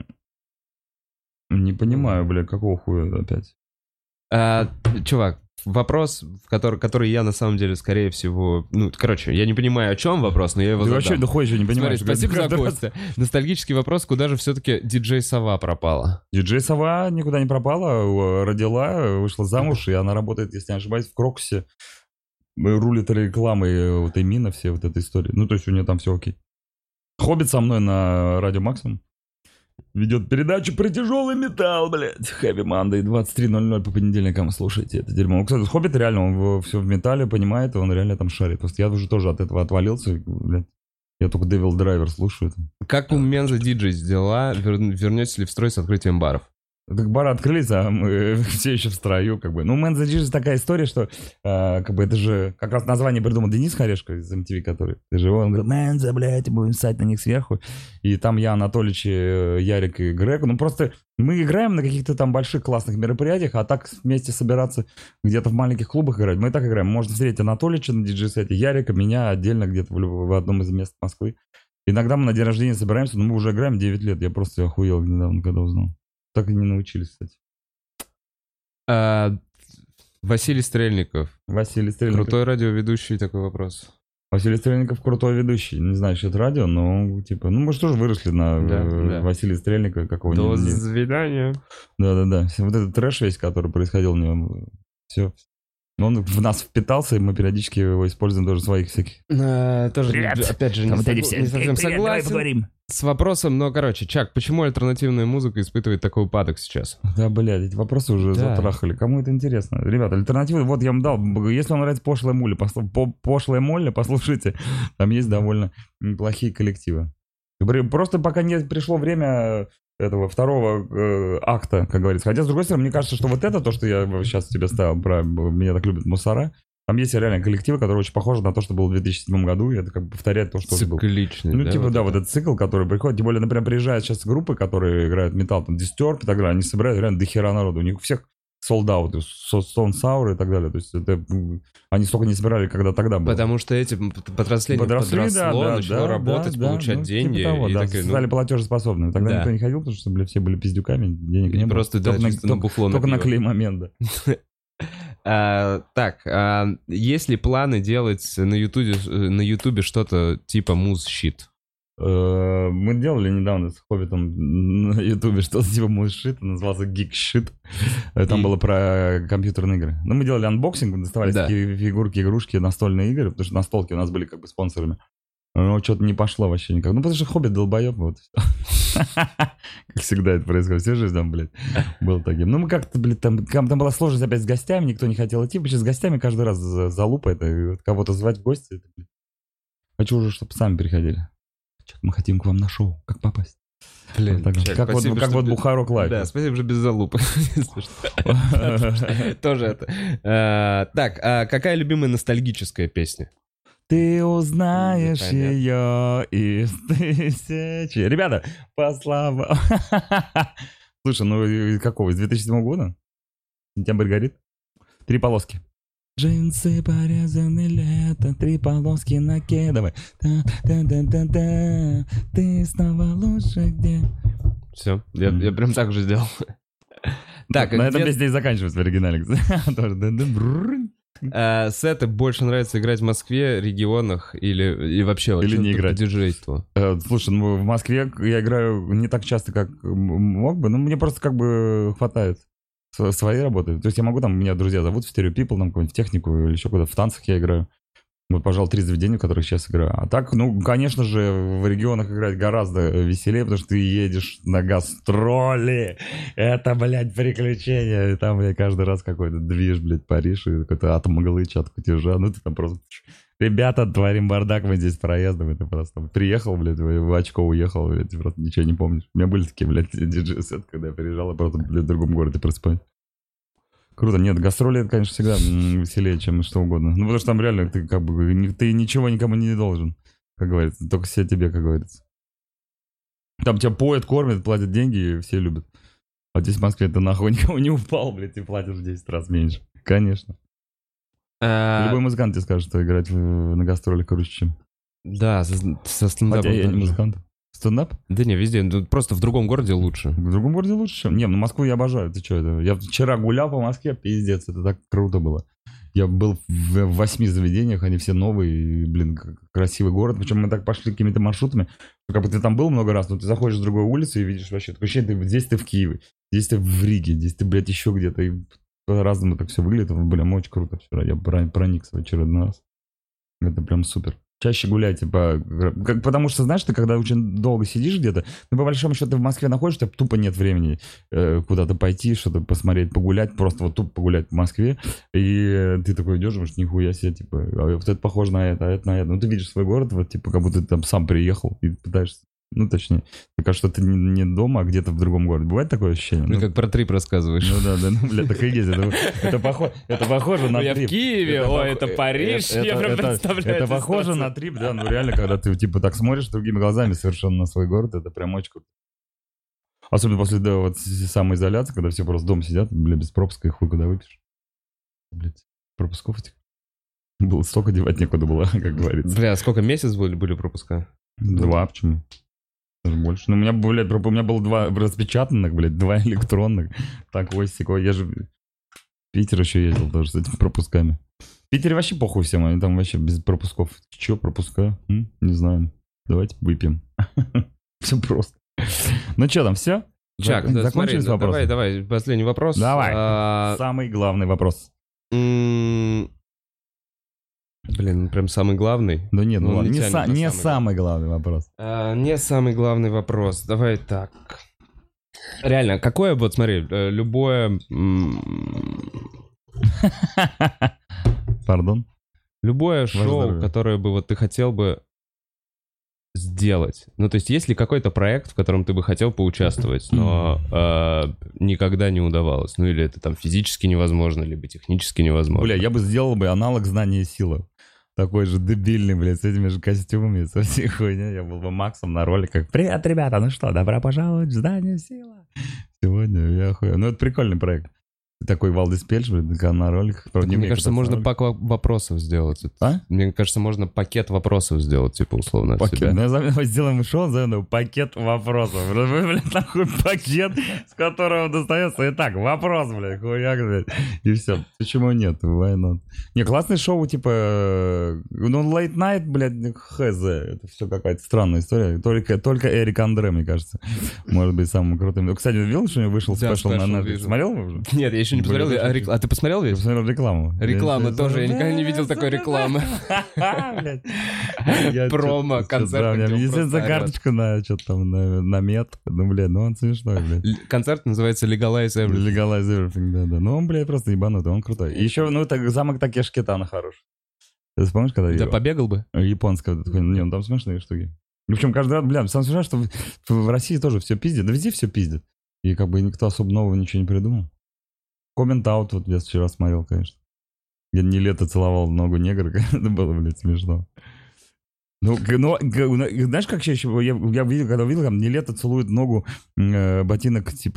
S2: не понимаю, блядь, какого хуя опять.
S1: А, чувак, вопрос, в который, который я на самом деле, скорее всего... Ну, короче, я не понимаю, о чем вопрос, но я его
S2: Ты
S1: задам.
S2: вообще дохуя еще не понимаешь.
S1: Смотри, спасибо за
S2: каждый раз.
S1: гостя. Ностальгический вопрос, куда же все-таки диджей Сова пропала?
S2: Диджей Сова никуда не пропала, родила, вышла замуж, и она работает, если не ошибаюсь, в Крокусе. Рулит рекламой вот Эмина, все вот эта история. Ну, то есть у нее там все окей. Хоббит со мной на Радио Максимум. Ведет передачу про тяжелый металл, блядь. Heavy Monday, двадцать три ноль ноль по понедельникам. Слушайте это дерьмо. Ну, кстати, Хоббит реально, он все в металле понимает, и он реально там шарит. Просто я уже тоже от этого отвалился, блядь. Я только Devil Driver слушаю.
S1: Как у Менза диджей дела? Вер- Вернетесь ли в строй с открытием баров?
S2: Так бары открылись, а мы все еще в строю, как бы. Ну, Man the Digital такая история, что, э, как бы, это же как раз название придумал Денис Харешко из эм ти ви, который. Ты же он говорит, Менза, блядь, будем ссать на них сверху. И там я, Анатолич, э, Ярик и Грег. Ну, просто мы играем на каких-то там больших классных мероприятиях, а так вместе собираться где-то в маленьких клубах играть. Мы и так играем. Можно встретить Анатолича на диджей-сете, Ярика, меня отдельно где-то в, люб- в одном из мест Москвы. Иногда мы на день рождения собираемся, но мы уже играем девять лет. Я просто охуел недавно, когда узнал. Так и не научились, кстати.
S1: А, Василий Стрельников.
S2: Василий Стрельников.
S1: Крутой радиоведущий, такой вопрос.
S2: Василий Стрельников крутой ведущий. Не знаю, что это радио, но типа... Ну, мы же тоже выросли на
S1: Да,
S2: э,
S1: да.
S2: Василия Стрельникова. Какого
S1: До
S2: не- не-
S1: свидания.
S2: Да-да-да. Вот этот трэш весь, который происходил у него. Все. Он в нас впитался, и мы периодически его используем тоже в своих всяких...
S1: А, тоже,
S2: Привет.
S1: опять же, не,
S2: Там вот эти
S1: согла-
S2: все-
S1: не совсем
S2: Привет, давай
S1: согласен
S2: поговорим.
S1: с вопросом, но, короче, Чак, почему альтернативная музыка испытывает такой упадок сейчас?
S2: Да, блядь, эти вопросы уже
S1: Да.
S2: затрахали. Кому это интересно? Ребята, альтернативы, вот я вам дал. Если вам нравится пошлая муля, послу- по- пошлая молля, послушайте. Там есть довольно неплохие коллективы. При- Просто пока не пришло время этого второго э, акта, как говорится. Хотя, с другой стороны, мне кажется, что вот это, то, что я сейчас тебе ставил, про «Меня так любят мусора», там есть реально коллективы, которые очень похожи на то, что было в две тысячи седьмом году, и это как бы повторяет то, что уже было.
S1: Цикличный,
S2: Ну,
S1: да?
S2: типа,
S1: вот
S2: да,
S1: это?
S2: вот этот цикл, который приходит. Тем более, например, приезжают сейчас группы, которые играют металл, там, Disturbed и так далее, они собирают реально дохера народу. У них у всех sold out, Stone Sour и так далее. То есть это м, они столько не собирали, когда тогда было.
S1: Потому что эти подросление
S2: Подросли,
S1: подросло,
S2: да, да,
S1: начало
S2: да,
S1: работать,
S2: да,
S1: получать
S2: ну,
S1: деньги.
S2: Типа того,
S1: и
S2: да,
S1: такие, ну,
S2: стали платежеспособными. Тогда
S1: да.
S2: никто не ходил, потому что, бля, все были пиздюками, денег не было.
S1: просто, да,
S2: только
S1: чисто
S2: на,
S1: на бухло, на
S2: только на
S1: пиво.
S2: клей момент, да.
S1: А, так, а есть ли планы делать на Ютубе, на Ютубе что-то типа муз-щит?
S2: Э, Мы делали недавно с Хоббитом на Ютубе что-то типа музшит, назывался Geek Shit. Там
S1: И?
S2: было про компьютерные игры. Ну, мы делали анбоксинг, доставали
S1: Да.
S2: такие фигурки, игрушки, настольные игры, потому что настолки у нас были как бы спонсорами. Но что-то не пошло вообще никак. Ну, потому что Хоббит долбоеб, вот. Как всегда это происходит. Всю жизнь там, блядь, был таким. Ну, мы как-то, блядь, там, там там была сложность опять с гостями, никто не хотел идти. Потому что с гостями каждый раз за- залупа это, и вот кого-то звать в гости. это, блядь. Хочу уже, чтобы сами приходили. Чак, мы хотим к вам на шоу. Как попасть?
S1: Блин,
S2: Вот так вот.
S1: Чак,
S2: Как вот,
S1: спасибо,
S2: как
S1: что
S2: вот
S1: без-
S2: Бухарок Лайф.
S1: Да, спасибо, что без залупы. если что. Тоже это. А, Так, а какая любимая ностальгическая песня?
S2: Ты узнаешь
S1: Ну, понятно.
S2: ее из тысячи. Ребята, по словам... Слушай, ну и какого? Из две тысячи седьмого года? Сентябрь горит? Три полоски. Джинсы порезаны лето, три полоски на кедовой. Та-та-та-та-та. Ты снова лучше где?
S1: Все, я, я прям так же сделал. Так,
S2: На этом
S1: где-
S2: песня и заканчивается в оригинале. Тоже. Дын-дын-брррр.
S1: а, сеты больше нравится играть в Москве, регионах или и вообще вот
S2: Или
S1: что-то
S2: не
S1: по
S2: играть.
S1: диджейству?
S2: Э, Слушай, ну в Москве я играю не так часто, как м- мог бы, но мне просто как бы хватает св- своей работы. То есть я могу, там, меня друзья зовут в Stereo People, там, какую-нибудь в технику или еще куда-то, в танцах я играю. Вот, пожалуй, три заведения, в которых сейчас играю. А так, ну, конечно же, в регионах играть гораздо веселее, потому что ты едешь на гастроли. Это, блядь, приключение. И там, блядь, каждый раз какой-то движ, блядь, Париж, и какой-то атом мглы, чат кутежа. Ну, ты там просто... Ребята, творим бардак, мы здесь проездом. И ты просто приехал, блядь, в очко уехал, блядь, ты просто ничего не помнишь. У меня были такие, блядь, диджей-сет, когда я приезжал, и просто, блядь, в другом городе просыпаюсь. Круто. Нет, гастроли, это, конечно, всегда м, веселее, чем что угодно. Ну, потому что там реально ты как бы ни- ты ничего никому не должен, как говорится. Только все тебе, как говорится. Там тебя поят, кормят, платят деньги, и все любят. А здесь в Москве ты нахуй никому не упал, блядь, и платишь в десять раз меньше. Конечно.
S1: А,
S2: Любой музыкант тебе скажет, что играть в- на гастролях круче, чем...
S1: Да, со, со стендапом.
S2: Хотя я не
S1: также.
S2: музыкант. Стендап?
S1: Да не, везде. Ну, просто в другом городе лучше.
S2: В другом городе лучше, чем... Не, ну Москву я обожаю. Ты что, это... Я вчера гулял по Москве, пиздец, это так круто было. Я был в в восьми заведениях, они все новые, и, блин, как красивый город. Причем мы так пошли какими-то маршрутами, что как бы ты там был много раз, но ты заходишь с другой улицы и видишь вообще такое ощущение, ты, здесь ты в Киеве, здесь ты в Риге, здесь ты, блядь, еще где-то. И по-разному так все выглядит. Блин, очень круто вчера. Я про- проникся в очередной раз. Это прям супер. Чаще гуляйте, по... как- потому что, знаешь, ты когда очень долго сидишь где-то, ну, по большому счету, ты в Москве находишься, у тебя тупо нет времени э, куда-то пойти, что-то посмотреть, погулять, просто вот тупо погулять в Москве, и ты такой идешь, думаешь, нихуя себе, типа, а вот это похоже на это, а это на это. Ну, ты видишь свой город, вот, типа, как будто ты там сам приехал и пытаешься, ну, точнее, мне кажется, что ты не, не дома, а где-то в другом городе. Бывает такое ощущение?
S1: Ну,
S2: Ну,
S1: как про трип рассказываешь.
S2: ну да, да, ну, бля, так и есть. Это, это, похоже, это похоже на
S1: Ну, я в
S2: трип.
S1: Киеве,
S2: пох-
S1: ой, это Париж,
S2: это-
S1: я прям
S2: это-
S1: представляю
S2: Это
S1: эту
S2: похоже
S1: ситуацию.
S2: на трип, да, ну реально, когда ты типа так смотришь другими глазами совершенно на свой город, это прям очень круто. Особенно после да, вот с- самоизоляции, когда все просто дома сидят, бля, без пропуска, и хуй куда выпьешь. Блядь, пропусков этих было столько, девать некуда было, как говорится.
S1: Бля, сколько месяцев были, были пропуска?
S2: Два, почему? Даже больше. Ну, у меня, блядь, у меня было два распечатанных, блядь, два электронных. Такой секой. Я же в Питер еще ездил тоже с этими пропусками. В Питере вообще похуй всем, они там вообще без пропусков. Че, пропуска? М? Не знаю. Давайте выпьем. Все просто. Ну что там, все?
S1: Чак, да, смотри,
S2: Закончились
S1: да,
S2: вопросы?
S1: давай, давай, последний вопрос.
S2: Давай.
S1: А,
S2: Самый главный вопрос.
S1: м, Блин, ну прям самый главный.
S2: Да нет, ну
S1: Он
S2: ладно,
S1: не
S2: не,
S1: тянет
S2: са-
S1: на
S2: не
S1: самый
S2: самый главный вопрос.
S1: А, не самый главный вопрос. Давай так. Реально, какое, вот смотри, э, любое... м,
S2: Пардон?
S1: Любое шоу,
S2: здоровье.
S1: которое бы вот ты хотел бы сделать. Ну, то есть, есть ли какой-то проект, в котором ты бы хотел поучаствовать, но э, никогда не удавалось? Ну, или это там физически невозможно, либо технически невозможно.
S2: Бля, я бы сделал бы аналог знания силы. Такой же дебильный, блядь, с этими же костюмами, со всей хуйней. Я был бы Максом на роликах. Привет, ребята, ну что, добро пожаловать в здание сила. Сегодня я охуел. Ну, это прикольный проект. Такой Валдис Пельш, блядь, на роликах. Правда, не
S1: Мне
S2: умею
S1: кажется,
S2: кататься
S1: можно
S2: на роликах.
S1: пак вопросов сделать.
S2: А?
S1: Мне кажется, можно пакет вопросов сделать, типа, условно, от
S2: Пакет.
S1: себя.
S2: Ну, назовем- сделаем шоу, назовем его пакет вопросов. Вы, блядь, нахуй пакет, с которого достается. Итак, вопрос, блядь, хуяк, блядь. И все. Почему нет? Why not? Не, классное шоу, типа, э, ну, late night, блядь, хз. Это все какая-то странная история. Только, только Эрик Андре, мне кажется, может быть самым крутым. Ну, кстати, видел, что у него вышел
S1: Да,
S2: спешл на
S1: спешл
S2: Netflix?
S1: вижу.
S2: Смотрел его уже?
S1: Нет, я еще не
S2: Блин,
S1: посмотрел.
S2: это
S1: А,
S2: очень
S1: рек- а ты посмотрел
S2: Я
S1: весь?
S2: посмотрел рекламу.
S1: Реклама
S2: Я-
S1: тоже. Я никогда не видел такой рекламы.
S2: Блядь. Я
S1: Промо,
S2: чё-то-
S1: концерт,
S2: Да, у меня
S1: где он
S2: единственная
S1: просто орёт.
S2: карточка на что-то там, на, на мет. Ну, блядь, ну он смешной, блядь.
S1: Л- Концерт называется Legalize Everything.
S2: Legalize everything, да, да. Ну, он, блядь, просто ебанутый, он крутой. И еще, ну, так, замок Такеши Китано хорош. Ты вспомнишь, когда
S1: Да
S2: его-
S1: побегал бы.
S2: японская вот эта хуйня? Не, ну там смешные штуки. В общем, каждый раз, бля, сам смешно, что в, в России тоже все пиздят. Да везде все пиздят. И как бы никто особо нового ничего не придумал. Коммент-аут вот я вчера смотрел, конечно. Я не лето целовал ногу негра, это было, блядь, смешно. Ну, к- ну, к- ну, знаешь, как еще, я, я видел, когда увидел, там, не лето целует ногу э, ботинок, типа,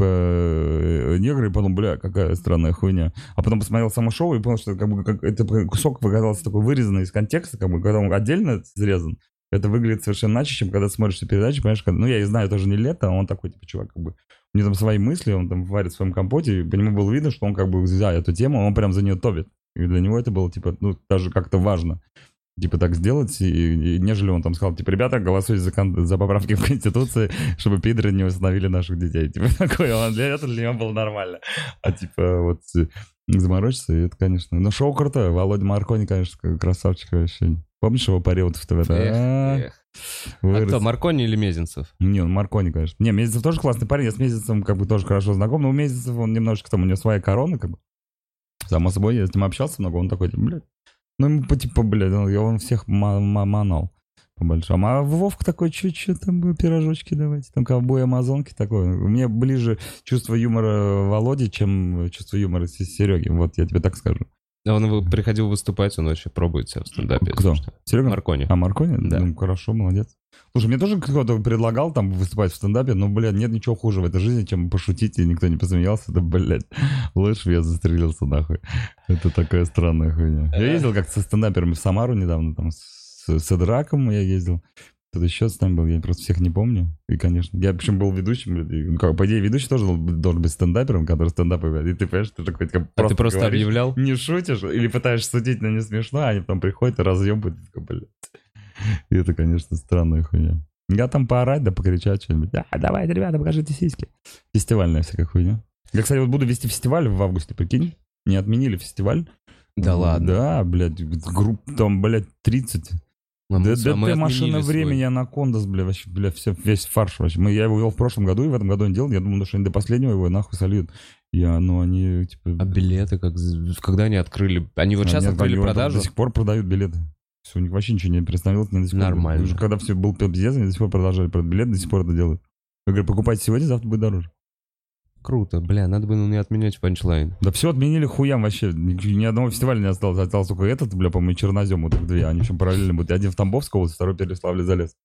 S2: э, негра, и потом, бля, какая странная хуйня. А потом посмотрел само шоу и понял, что как бы, как, это кусок показался такой вырезанный из контекста, как бы, когда он отдельно срезан, это выглядит совершенно иначе, чем когда смотришь эту передачу, понимаешь, когда, ну, я и знаю, тоже не лето, а он такой, типа, чувак, как бы, у него там свои мысли, он там варит в своем компоте, и по нему было видно, что он как бы за эту тему, он прям за нее топит. И для него это было, типа, ну, даже как-то важно. Типа так сделать, и, и нежели он там сказал, типа, ребята, голосуйте за, кон- за поправки в Конституции, чтобы пидоры не установили наших детей. Типа такое, он для этого для него было нормально. А типа вот э, заморочиться, и это, конечно... Но шоу крутое, Володя Маркони, конечно, красавчик вообще. Помнишь его парил в ТВ? Да.
S1: Эх, эх. А
S2: Вырос.
S1: кто, Маркони или Мезенцев?
S2: Не, он Маркони, конечно. Не, Мезенцев тоже классный парень, я с Мезенцевым как бы тоже хорошо знаком, но у Мезенцева он немножечко там, у него своя корона, как бы. Само собой, я с ним общался много, он такой, типа, блядь. Ну, ему, по- типа, блядь, он, он всех ма- ма- манал, по большому. А Вовка такой, что там, бы, пирожочки давайте, там ковбой-амазонки такой. Мне ближе чувство юмора Володи, чем чувство юмора Сереги, вот я тебе так скажу.
S1: А он вы- приходил выступать, он вообще пробует себя в стендапе. если
S2: Кто?
S1: что.
S2: Серега?
S1: Маркони.
S2: А, Маркони?
S1: Да.
S2: Ну, хорошо, молодец. Слушай, мне тоже кто-то предлагал там выступать в стендапе, но, блядь, нет ничего хуже в этой жизни, чем пошутить, и никто не посмеялся. Это, блядь, лучше бы я застрелился, нахуй. Это такая странная хуйня. Я ездил как-то со стендаперами в Самару недавно, там, с, с Эдраком я ездил. Кто-то еще с нами был, я просто всех не помню. И, конечно, я, причем, был ведущим, блядь, и, ну, как, по идее, ведущий тоже должен, должен быть стендапером, который стендап играет. И ты, понимаешь, ты такой, как,
S1: А ты просто
S2: говоришь,
S1: объявлял?
S2: не шутишь, или пытаешься шутить, но не смешно, а они потом приходят и разъебывают, и такой, блядь. И это, конечно, странная хуйня. Я там поорать, да покричать что-нибудь. Да, давайте, ребята, покажите сиськи. Фестивальная всякая хуйня. Я, кстати, вот буду вести фестиваль в августе, прикинь. Не отменили фестиваль.
S1: Да ладно.
S2: Да, блядь, групп там, блядь, тридцать.
S1: А мы-
S2: Да,
S1: а мы
S2: ДТ, машина
S1: отменили свой.
S2: времени, Анакондас, бля, вообще, бля, все, весь фарш вообще. Мы, я его вел в прошлом году, и в этом году он делал. Я думал, что они до последнего его нахуй сольют. Я, ну, они, типа...
S1: А билеты, как, з- когда они открыли? Они вот сейчас
S2: Они-
S1: открыли
S2: они вот
S1: продажу?
S2: До сих пор продают билеты. Все, у них вообще ничего не приостановилось. Они до сих пор-
S1: Нормально.
S2: Уже когда все был пиздец, они до сих пор продолжали продавать билеты, до сих пор это делают. Я говорю, покупайте сегодня, завтра будет дороже.
S1: Круто, бля, надо было не отменять панчлайн.
S2: Да все отменили хуям вообще. Ни, ни одного фестиваля не осталось. Остался только этот, бля, по-моему, и Чернозем. Вот их две. Они еще параллельно будут. Один в Тамбовской области, второй в Переславле-Залесск.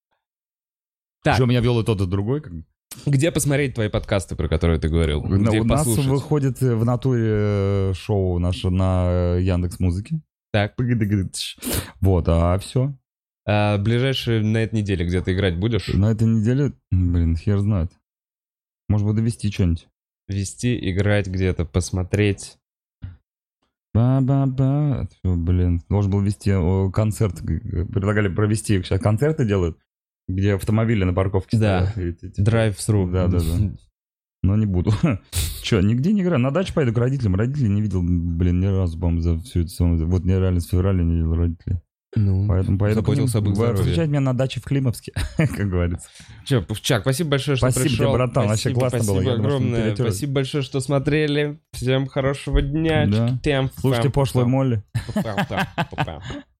S1: Так.
S2: Еще меня вел и тот, и другой. Как бы.
S1: Где посмотреть твои подкасты, про которые ты говорил?
S2: На-
S1: Где
S2: у нас
S1: послушать?
S2: выходит э, в натуре э, шоу наше на Яндекс.Музыке.
S1: Так.
S2: Вот, а все.
S1: А ближайшие на этой неделе где-то играть будешь?
S2: На этой неделе, блин, хер знает. Может, буду вести что-нибудь.
S1: Вести, играть где-то, посмотреть.
S2: Ба-ба-ба. Всё, блин, должен был вести о, концерт. Предлагали провести, сейчас концерты делают, где автомобили на парковке
S1: Да.
S2: стоят. И, типа,
S1: Drive-thru.
S2: Да, да, да. Но не буду. Че, нигде не играю. На дачу пойду к родителям. Родителей не видел, блин, ни разу, по-моему, за всю эту самую... Вот нереально с февраля не видел родителей.
S1: Ну,
S2: Поэтому поеду к ним.
S1: заботился об их здоровье.
S2: Встречать меня на даче в Климовске, как говорится.
S1: Че, Чак, спасибо большое, что
S2: Спасибо
S1: пришел.
S2: тебе, братан, вообще
S1: Спасибо,
S2: классно было.
S1: Спасибо
S2: Я думал, что мы
S1: огромное.
S2: перетерли.
S1: Спасибо большое, что смотрели. Всем хорошего дня.
S2: Да.
S1: Тем-
S2: Слушайте пошлую Молли.
S1: Пам-пам-пам-пам.